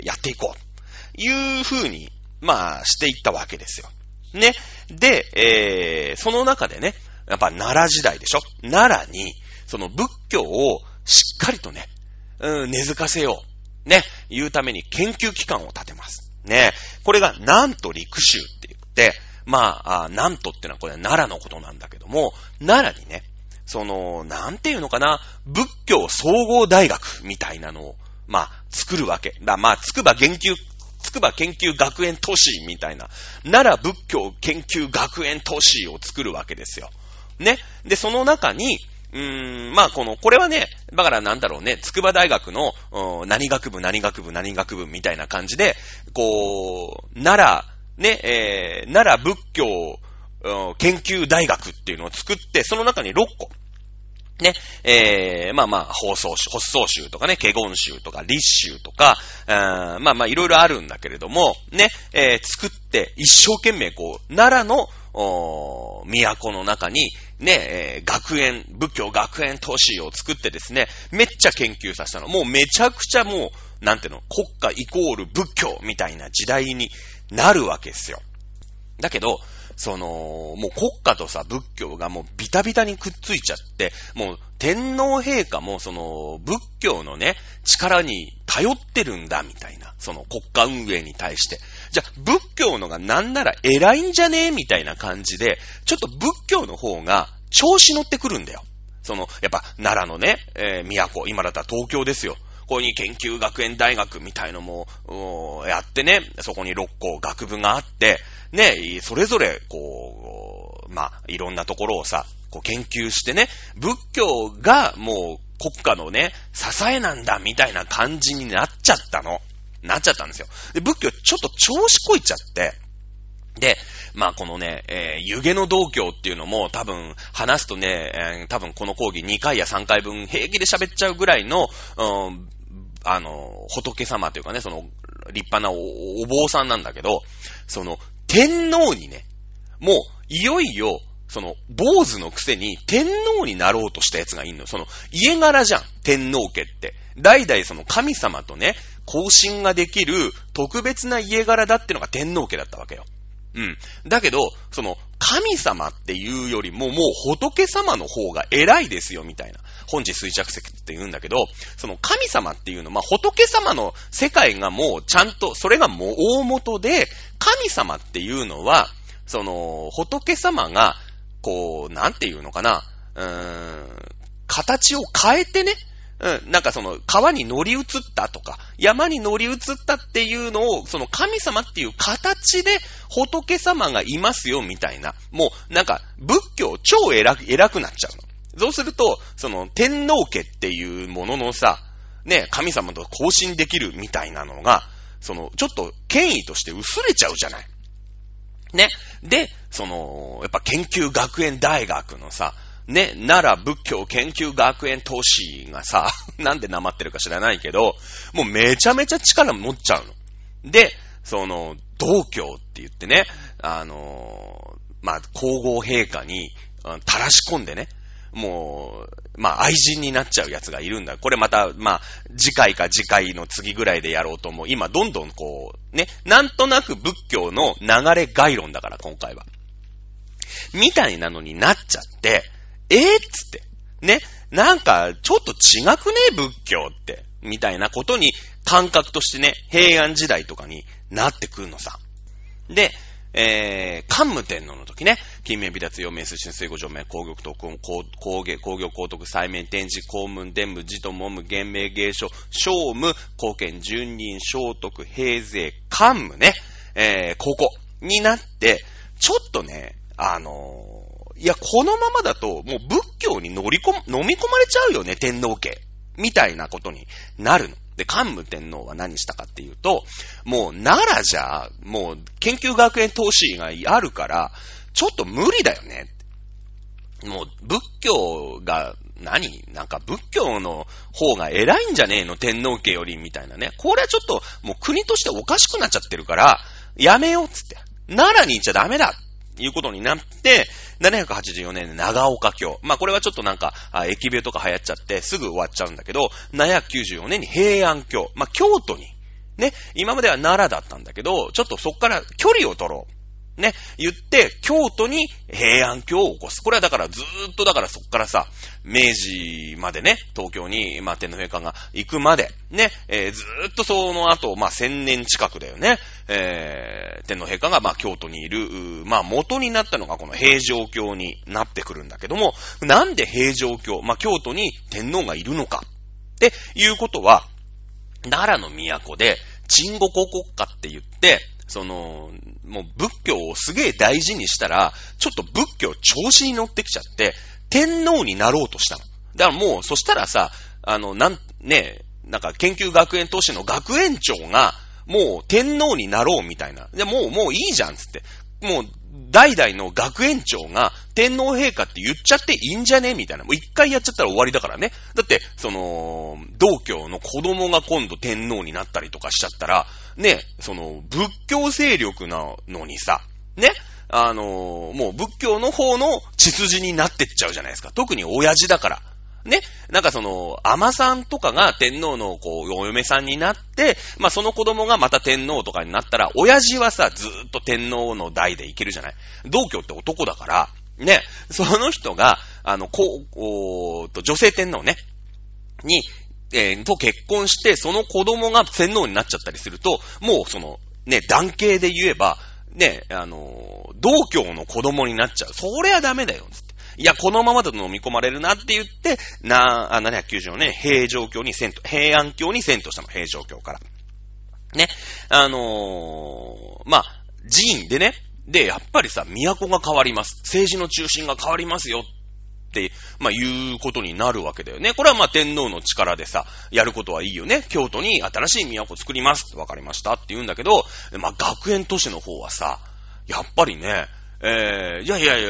やっていこう。いう風に、まあ、していったわけですよ。ね。で、その中でね、やっぱ奈良時代でしょ。奈良に、その仏教をしっかりとね、根付かせよう。ね。いうために研究機関を立てます。ね。これが南都陸州って言って、まあ、南都ってのはこれは奈良のことなんだけども、奈良にね、なんていうのかな、仏教総合大学みたいなのを、まあ、作るわけ。まあ、筑波研究学園都市みたいな、奈良仏教研究学園都市を作るわけですよ。ね。で、その中に、まあ、これはね、だからなんだろうね、筑波大学の、何学部みたいな感じで、奈良仏教、研究大学っていうのを作って、その中に6個。ね、まあ、発想宗とかね、華厳宗とか、立宗とか、まあ、いろいろあるんだけれども、ね、作って、一生懸命奈良の、都の中に、ね、仏教学園都市を作ってですね、めっちゃ研究させたの。もうめちゃくちゃもう、なんていうの、国家イコール仏教みたいな時代になるわけですよ。だけど、もう国家とさ、仏教がもうビタビタにくっついちゃって、もう天皇陛下も仏教のね、力に頼ってるんだみたいな、国家運営に対して。じゃあ、仏教のがなんなら偉いんじゃねえみたいな感じで、ちょっと仏教の方が調子乗ってくるんだよ。やっぱ奈良のね、都、今だったら東京ですよ。ここに研究学園大学みたいのも、やってね、そこに6個学部があって、ね、それぞれ、まあ、いろんなところをさ、研究してね、仏教がもう国家のね、支えなんだみたいな感じになっちゃったんですよ。で、仏教ちょっと調子こいちゃって、で、まあこのね、湯気の道教っていうのも多分話すとね、多分この講義2回や3回分平気で喋っちゃうぐらいの、仏様というかね、立派な お坊さんなんだけど、天皇にね、もういよいよ、坊主のくせに天皇になろうとしたやつがいんの。家柄じゃん、天皇家って。代々神様とね、 更新ができる特別な家柄だってのが天皇家だったわけよ。うん。だけど、その、神様っていうよりも、もう仏様の方が偉いですよ、みたいな。本地垂着説って言うんだけど、その神様っていうの、仏様の世界がもうちゃんと、それがもう大元で、神様っていうのは、その、仏様が、こう、なんていうのかな、形を変えてね、なんかその川に乗り移ったとか、山に乗り移ったっていうのを、その神様っていう形で仏様がいますよみたいな、もうなんか仏教超偉くなっちゃうの。そうすると、その天皇家っていうもののさ、ね、神様と交信できるみたいなのが、そのちょっと権威として薄れちゃうじゃない。ね。で、その、やっぱ研究学園大学のさ、ね、奈良仏教研究学園都市がさ、なんでなまってるか知らないけど、もうめちゃめちゃ力持っちゃうの。で、その、道教って言ってね、皇后陛下に、垂らし込んでね、もう、愛人になっちゃうやつがいるんだ。これまた、次回か次回の次ぐらいでやろうと思う。今、どんどんこう、ね、なんとなく仏教の流れ概論だから、今回は。みたいなのになっちゃって、つって。ね。なんか、ちょっと違くね仏教って。みたいなことに、感覚としてね、平安時代とかになってくるのさ。で、桓武天皇の時ね、金明微脱陽明推進水五条明皇玉徳皇玉皇徳西面天智公文伝武持統文武元明芸書聖武皇憲順任聖徳平税桓武ね、ここになって、ちょっとね、いや、このままだと、もう仏教に飲み込まれちゃうよね、天皇家。みたいなことになるの。で、桓武天皇は何したかっていうと、もう奈良じゃ、もう研究学園投資があるから、ちょっと無理だよね。もう仏教が、なんか仏教の方が偉いんじゃねえの、天皇家より、みたいなね。これはちょっと、もう国としておかしくなっちゃってるから、やめようっつって。奈良に行っちゃダメだいうことになって、784年長岡京。これはちょっとなんか、疫病とか流行っちゃって、すぐ終わっちゃうんだけど、794年に平安京。京都に、ね、今までは奈良だったんだけど、ちょっとそこから距離を取ろう。ね、言って、京都に平安京を起こす。これはだからずーっとだからそこからさ、明治までね、東京に、天皇陛下が行くまで、ね、ずーっとその後、1000年近くだよね、天皇陛下が京都にいる、元になったのがこの平城京になってくるんだけども、なんで平城京、京都に天皇がいるのか、っていうことは、奈良の都で、鎮護国家って言って、もう仏教をすげえ大事にしたら、ちょっと仏教調子に乗ってきちゃって、天皇になろうとしたの。だからもう、そしたらさ、なんか研究学園都市の学園長が、もう天皇になろうみたいな。で、もういいじゃんつって。もう、代々の学園長が天皇陛下って言っちゃっていいんじゃねみたいな。もう一回やっちゃったら終わりだからね。だって、道教の子供が今度天皇になったりとかしちゃったら、ね、仏教勢力なのにさ、ね、もう仏教の方の血筋になってっちゃうじゃないですか。特に親父だから。ね。なんか尼さんとかが天皇のお嫁さんになって、その子供がまた天皇とかになったら、親父はさ、ずーっと天皇の代でいけるじゃない。道教って男だから、ね。その人が、女性天皇ね。と結婚して、その子供が天皇になっちゃったりすると、もう男系で言えば、ね、道教の子供になっちゃう。そりゃダメだよ、つって。いや、このままだと飲み込まれるなって言って、794年、平安京に遷都したの、平城京から。ね。寺院でね、で、やっぱりさ、都が変わります。政治の中心が変わりますよって、いうことになるわけだよね。これは天皇の力でさ、やることはいいよね。京都に新しい都作ります。わかりましたって言うんだけど、学園都市の方はさ、やっぱりね、平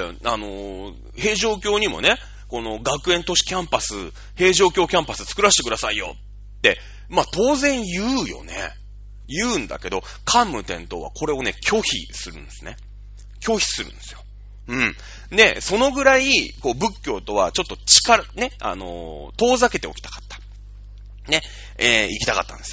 城京にもね、この学園都市キャンパス、平城京キャンパス作らせてくださいよって、当然言うよね。言うんだけど、桓武天皇はこれをね、拒否するんですね。拒否するんですよ。うん。ね、そのぐらい、仏教とはちょっと遠ざけておきたかった。ね、行きたかったんですよ。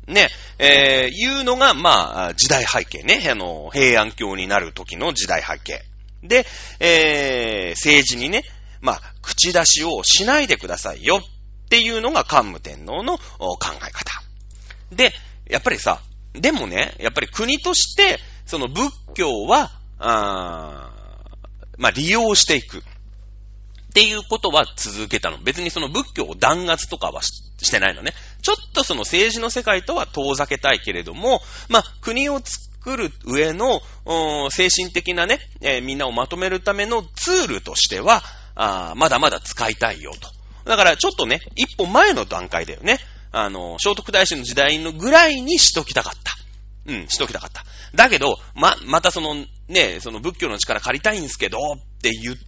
ね、いうのが、まあ、時代背景ね。平安京になる時の時代背景。で、政治にね、まあ、口出しをしないでくださいよっていうのが桓武天皇の考え方。で、やっぱりさ、でもね、やっぱり国として、その仏教は、まあ、利用していく。っていうことは続けたの。別にその仏教を弾圧とかはしてないのね。ちょっとその政治の世界とは遠ざけたいけれども、まあ、国を作る上の、精神的なね、みんなをまとめるためのツールとしては、まだまだ使いたいよと。だからちょっとね、一歩前の段階だよね。聖徳太子の時代のぐらいにしときたかった。しときたかった。だけど、またそのね、その仏教の力借りたいんですけど、って言って、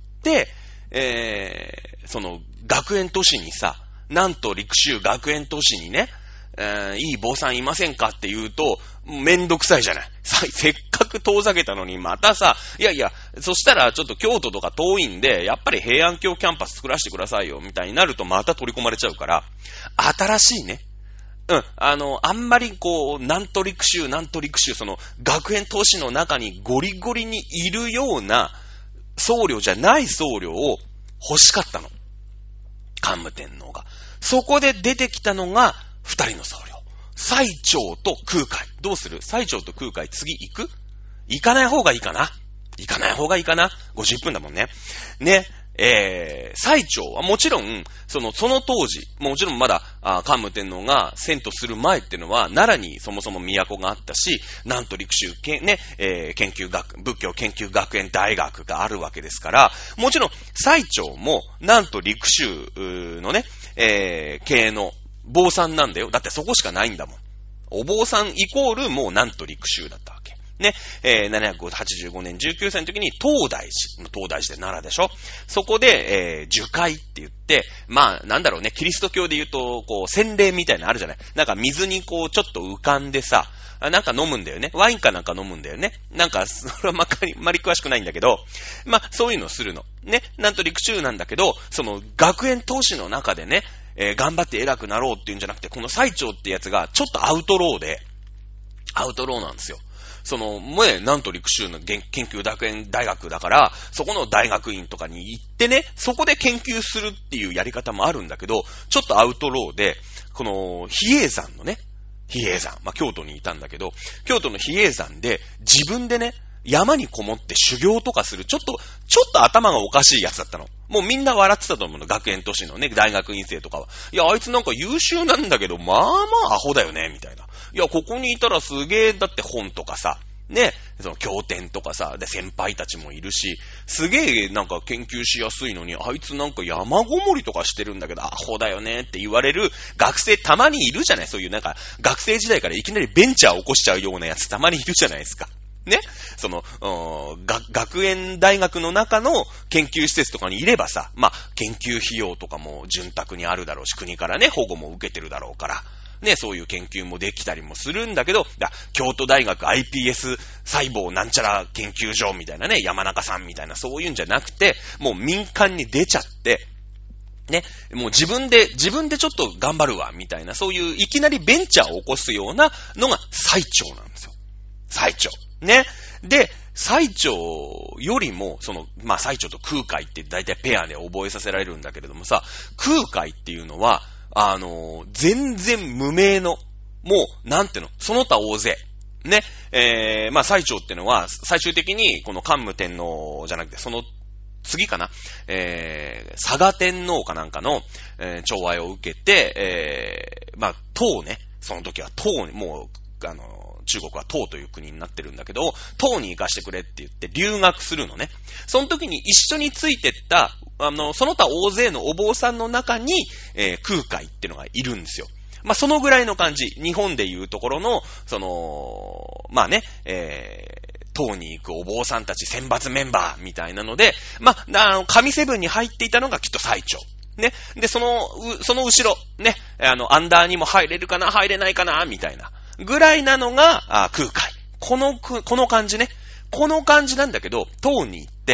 その学園都市にさ、なんと陸州学園都市にね、いい坊さんいませんかって言うと、めんどくさいじゃない。せっかく遠ざけたのに、またさ、いやいや、そしたらちょっと京都とか遠いんで、やっぱり平安京キャンパス作らせてくださいよ、みたいになるとまた取り込まれちゃうから、新しいね。あんまりこう、なんと陸州、その学園都市の中にゴリゴリにいるような僧侶じゃない僧侶を欲しかったの。桓武天皇が。そこで出てきたのが、二人の僧侶。最澄と空海。どうする？最澄と空海次行く？行かない方がいいかな？行かない方がいいかな？ 50 分だもんね。ね。最澄はもちろん、その当時、もちろんまだ、桓武天皇が遷都する前っていうのは、奈良にそもそも都があったし、なんと陸州ね、仏教研究学園大学があるわけですから、もちろん、最澄も、なんと陸州のね、系の坊さんなんだよ。だってそこしかないんだもん。お坊さんイコールもうなんと陸州だったわけ。ね、785年19歳の時に東大寺で奈良でしょ。そこで、樹海って言って、まあ、なんだろうね、キリスト教で言うと、こう、洗礼みたいなのあるじゃない。なんか水にこう、ちょっと浮かんでさ、なんか飲むんだよね。ワインかなんか飲むんだよね。なんか、それはあまり詳しくないんだけど、まあ、そういうのをするの。ね、なんと陸州なんだけど、その、学園都市の中でね、頑張って偉くなろうっていうんじゃなくて、この最澄ってやつが、ちょっとアウトローなんですよ。その、なんと陸州の研究学園大学だから、そこの大学院とかに行ってね、そこで研究するっていうやり方もあるんだけど、ちょっとアウトローで、この、比叡山のね、まあ、京都にいたんだけど、京都の比叡山で自分でね、山にこもって修行とかする、ちょっと頭がおかしいやつだったの。もうみんな笑ってたと思うの、学園都市のね、大学院生とかは。いや、あいつなんか優秀なんだけど、まあまあアホだよね、みたいな。いや、ここにいたらすげえ、だって本とかさ、ね、その経典とかさ、で先輩たちもいるし、すげえなんか研究しやすいのに、あいつなんか山ごもりとかしてるんだけど、アホだよねって言われる学生たまにいるじゃない。そういうなんか、学生時代からいきなりベンチャーを起こしちゃうようなやつたまにいるじゃないですか。ね。その、学園大学の中の研究施設とかにいればさ、まあ、研究費用とかも潤沢にあるだろうし、国からね、保護も受けてるだろうから、ね、そういう研究もできたりもするんだけど、京都大学 iPS 細胞なんちゃら研究所みたいなね、山中さんみたいなそういうんじゃなくて、もう民間に出ちゃって、ね、もう自分でちょっと頑張るわ、みたいな、そういういきなりベンチャーを起こすようなのが最澄なんですよ。最澄。ね。で、最澄よりも、その、まあ、最澄と空海って大体ペアで覚えさせられるんだけれどもさ、空海っていうのは、全然無名の、もう、なんていうの、その他大勢。ね。まあ、最澄っていうのは、最終的に、この桓武天皇じゃなくて、その次かな、嵯峨天皇かなんかの、寵愛を受けて、まあ、唐ね、その時は唐に、もう、中国は唐という国になってるんだけど、唐に行かしてくれって言って留学するのね。その時に一緒についてった、その他大勢のお坊さんの中に、空海っていうのがいるんですよ。まあ、そのぐらいの感じ。日本でいうところの、その、まあね、唐に行くお坊さんたち選抜メンバーみたいなので、まあ、神セブンに入っていたのがきっと最澄。ね。で、その後ろ、ね、アンダーにも入れるかな、入れないかな、みたいな。ぐらいなのが、空海。この感じね。この感じなんだけど、唐に行っ 、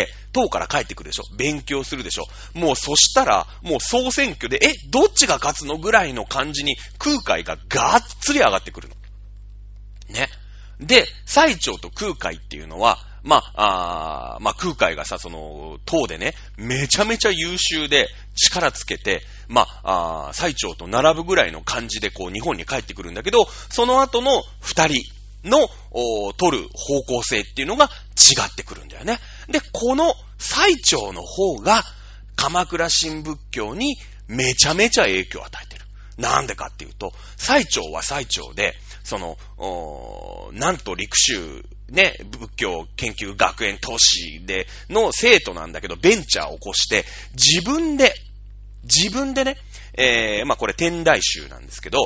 唐から帰ってくるでしょ。勉強するでしょ。もうそしたら、もう総選挙で、どっちが勝つのぐらいの感じに空海ががっつり上がってくるの。ね。で、最澄と空海っていうのは、空海がさ、唐でね、めちゃめちゃ優秀で力つけて、最澄と並ぶぐらいの感じでこう日本に帰ってくるんだけど、その後の二人の取る方向性っていうのが違ってくるんだよね。で、この最澄の方が鎌倉新仏教にめちゃめちゃ影響を与えてる。なんでかっていうと、最澄は最澄で、なんと陸州、ね、仏教研究学園都市での生徒なんだけど、ベンチャーを起こして、自分でね、これ天台宗なんですけど、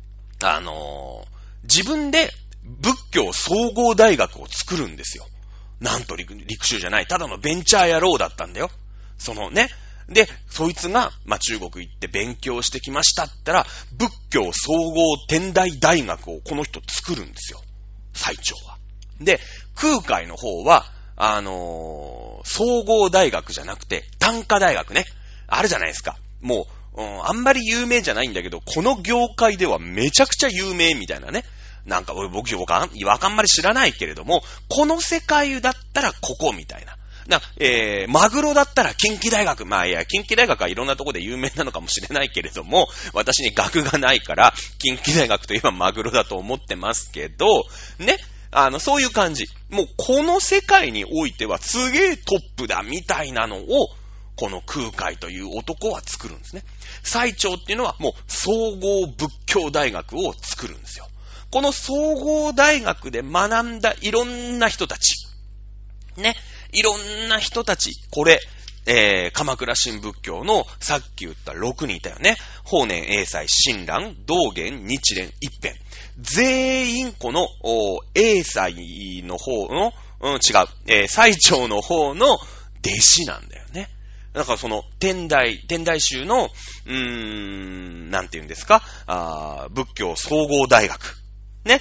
自分で仏教総合大学を作るんですよ。なんと陸州じゃない、ただのベンチャー野郎だったんだよ。で、そいつが、中国行って勉強してきましたって言ったら、仏教総合天台大学をこの人作るんですよ。最澄は。で、空海の方は、総合大学じゃなくて、単科大学ね。あるじゃないですか。もう、あんまり有名じゃないんだけど、この業界ではめちゃくちゃ有名みたいなね。なんか僕あんまり知らないけれども、この世界だったらここみたいな。マグロだったら近畿大学。近畿大学はいろんなところで有名なのかもしれないけれども、私に学がないから、近畿大学といえばマグロだと思ってますけど、ね。そういう感じ。もうこの世界においてはすげえトップだみたいなのを、この空海という男は作るんですね。最澄っていうのはもう総合仏教大学を作るんですよ。この総合大学で学んだいろんな人たち。ね。いろんな人たち、これ、鎌倉新仏教のさっき言った6人いたよね。法然、栄西、親鸞、道元、日蓮、一辺。全員この栄西の方の、最澄の方の弟子なんだよね。だから天台宗の、なんて言うんですか、仏教総合大学、ね、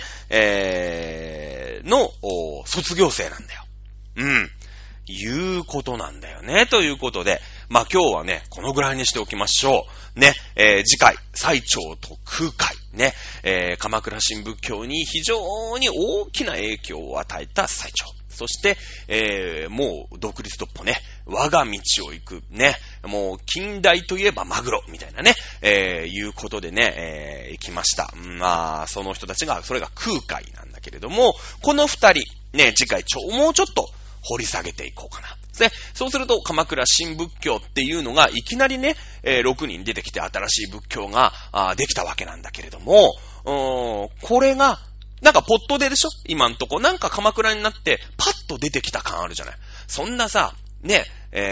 の卒業生なんだよ。いうことなんだよね。ということで、今日はね、このぐらいにしておきましょう。ね、次回、最澄と空海、ね、鎌倉新仏教に非常に大きな影響を与えた最澄。そして、もう独立突破ね、我が道を行く、ね、もう近代といえばマグロ、みたいなね、いうことでね、行きました。その人たちが、それが空海なんだけれども、この二人、ね、次回もうちょっと掘り下げていこうかな。ね、そうすると、鎌倉新仏教っていうのが、いきなりね、6人出てきて新しい仏教ができたわけなんだけれども、これが、なんかポットでしょ今んとこ。なんか鎌倉になって、パッと出てきた感あるじゃない。そんなさ、ね、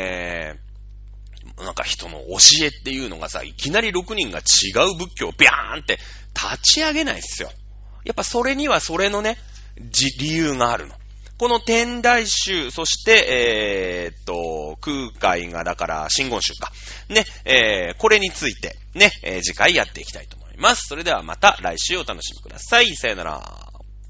なんか人の教えっていうのがさ、いきなり6人が違う仏教をビャーンって立ち上げないっすよ。やっぱそれにはそれのね、理由があるの。この天台宗、そして、空海がだから真言宗か。ね、これについてね、次回やっていきたいと思います。それではまた来週お楽しみください。さよなら。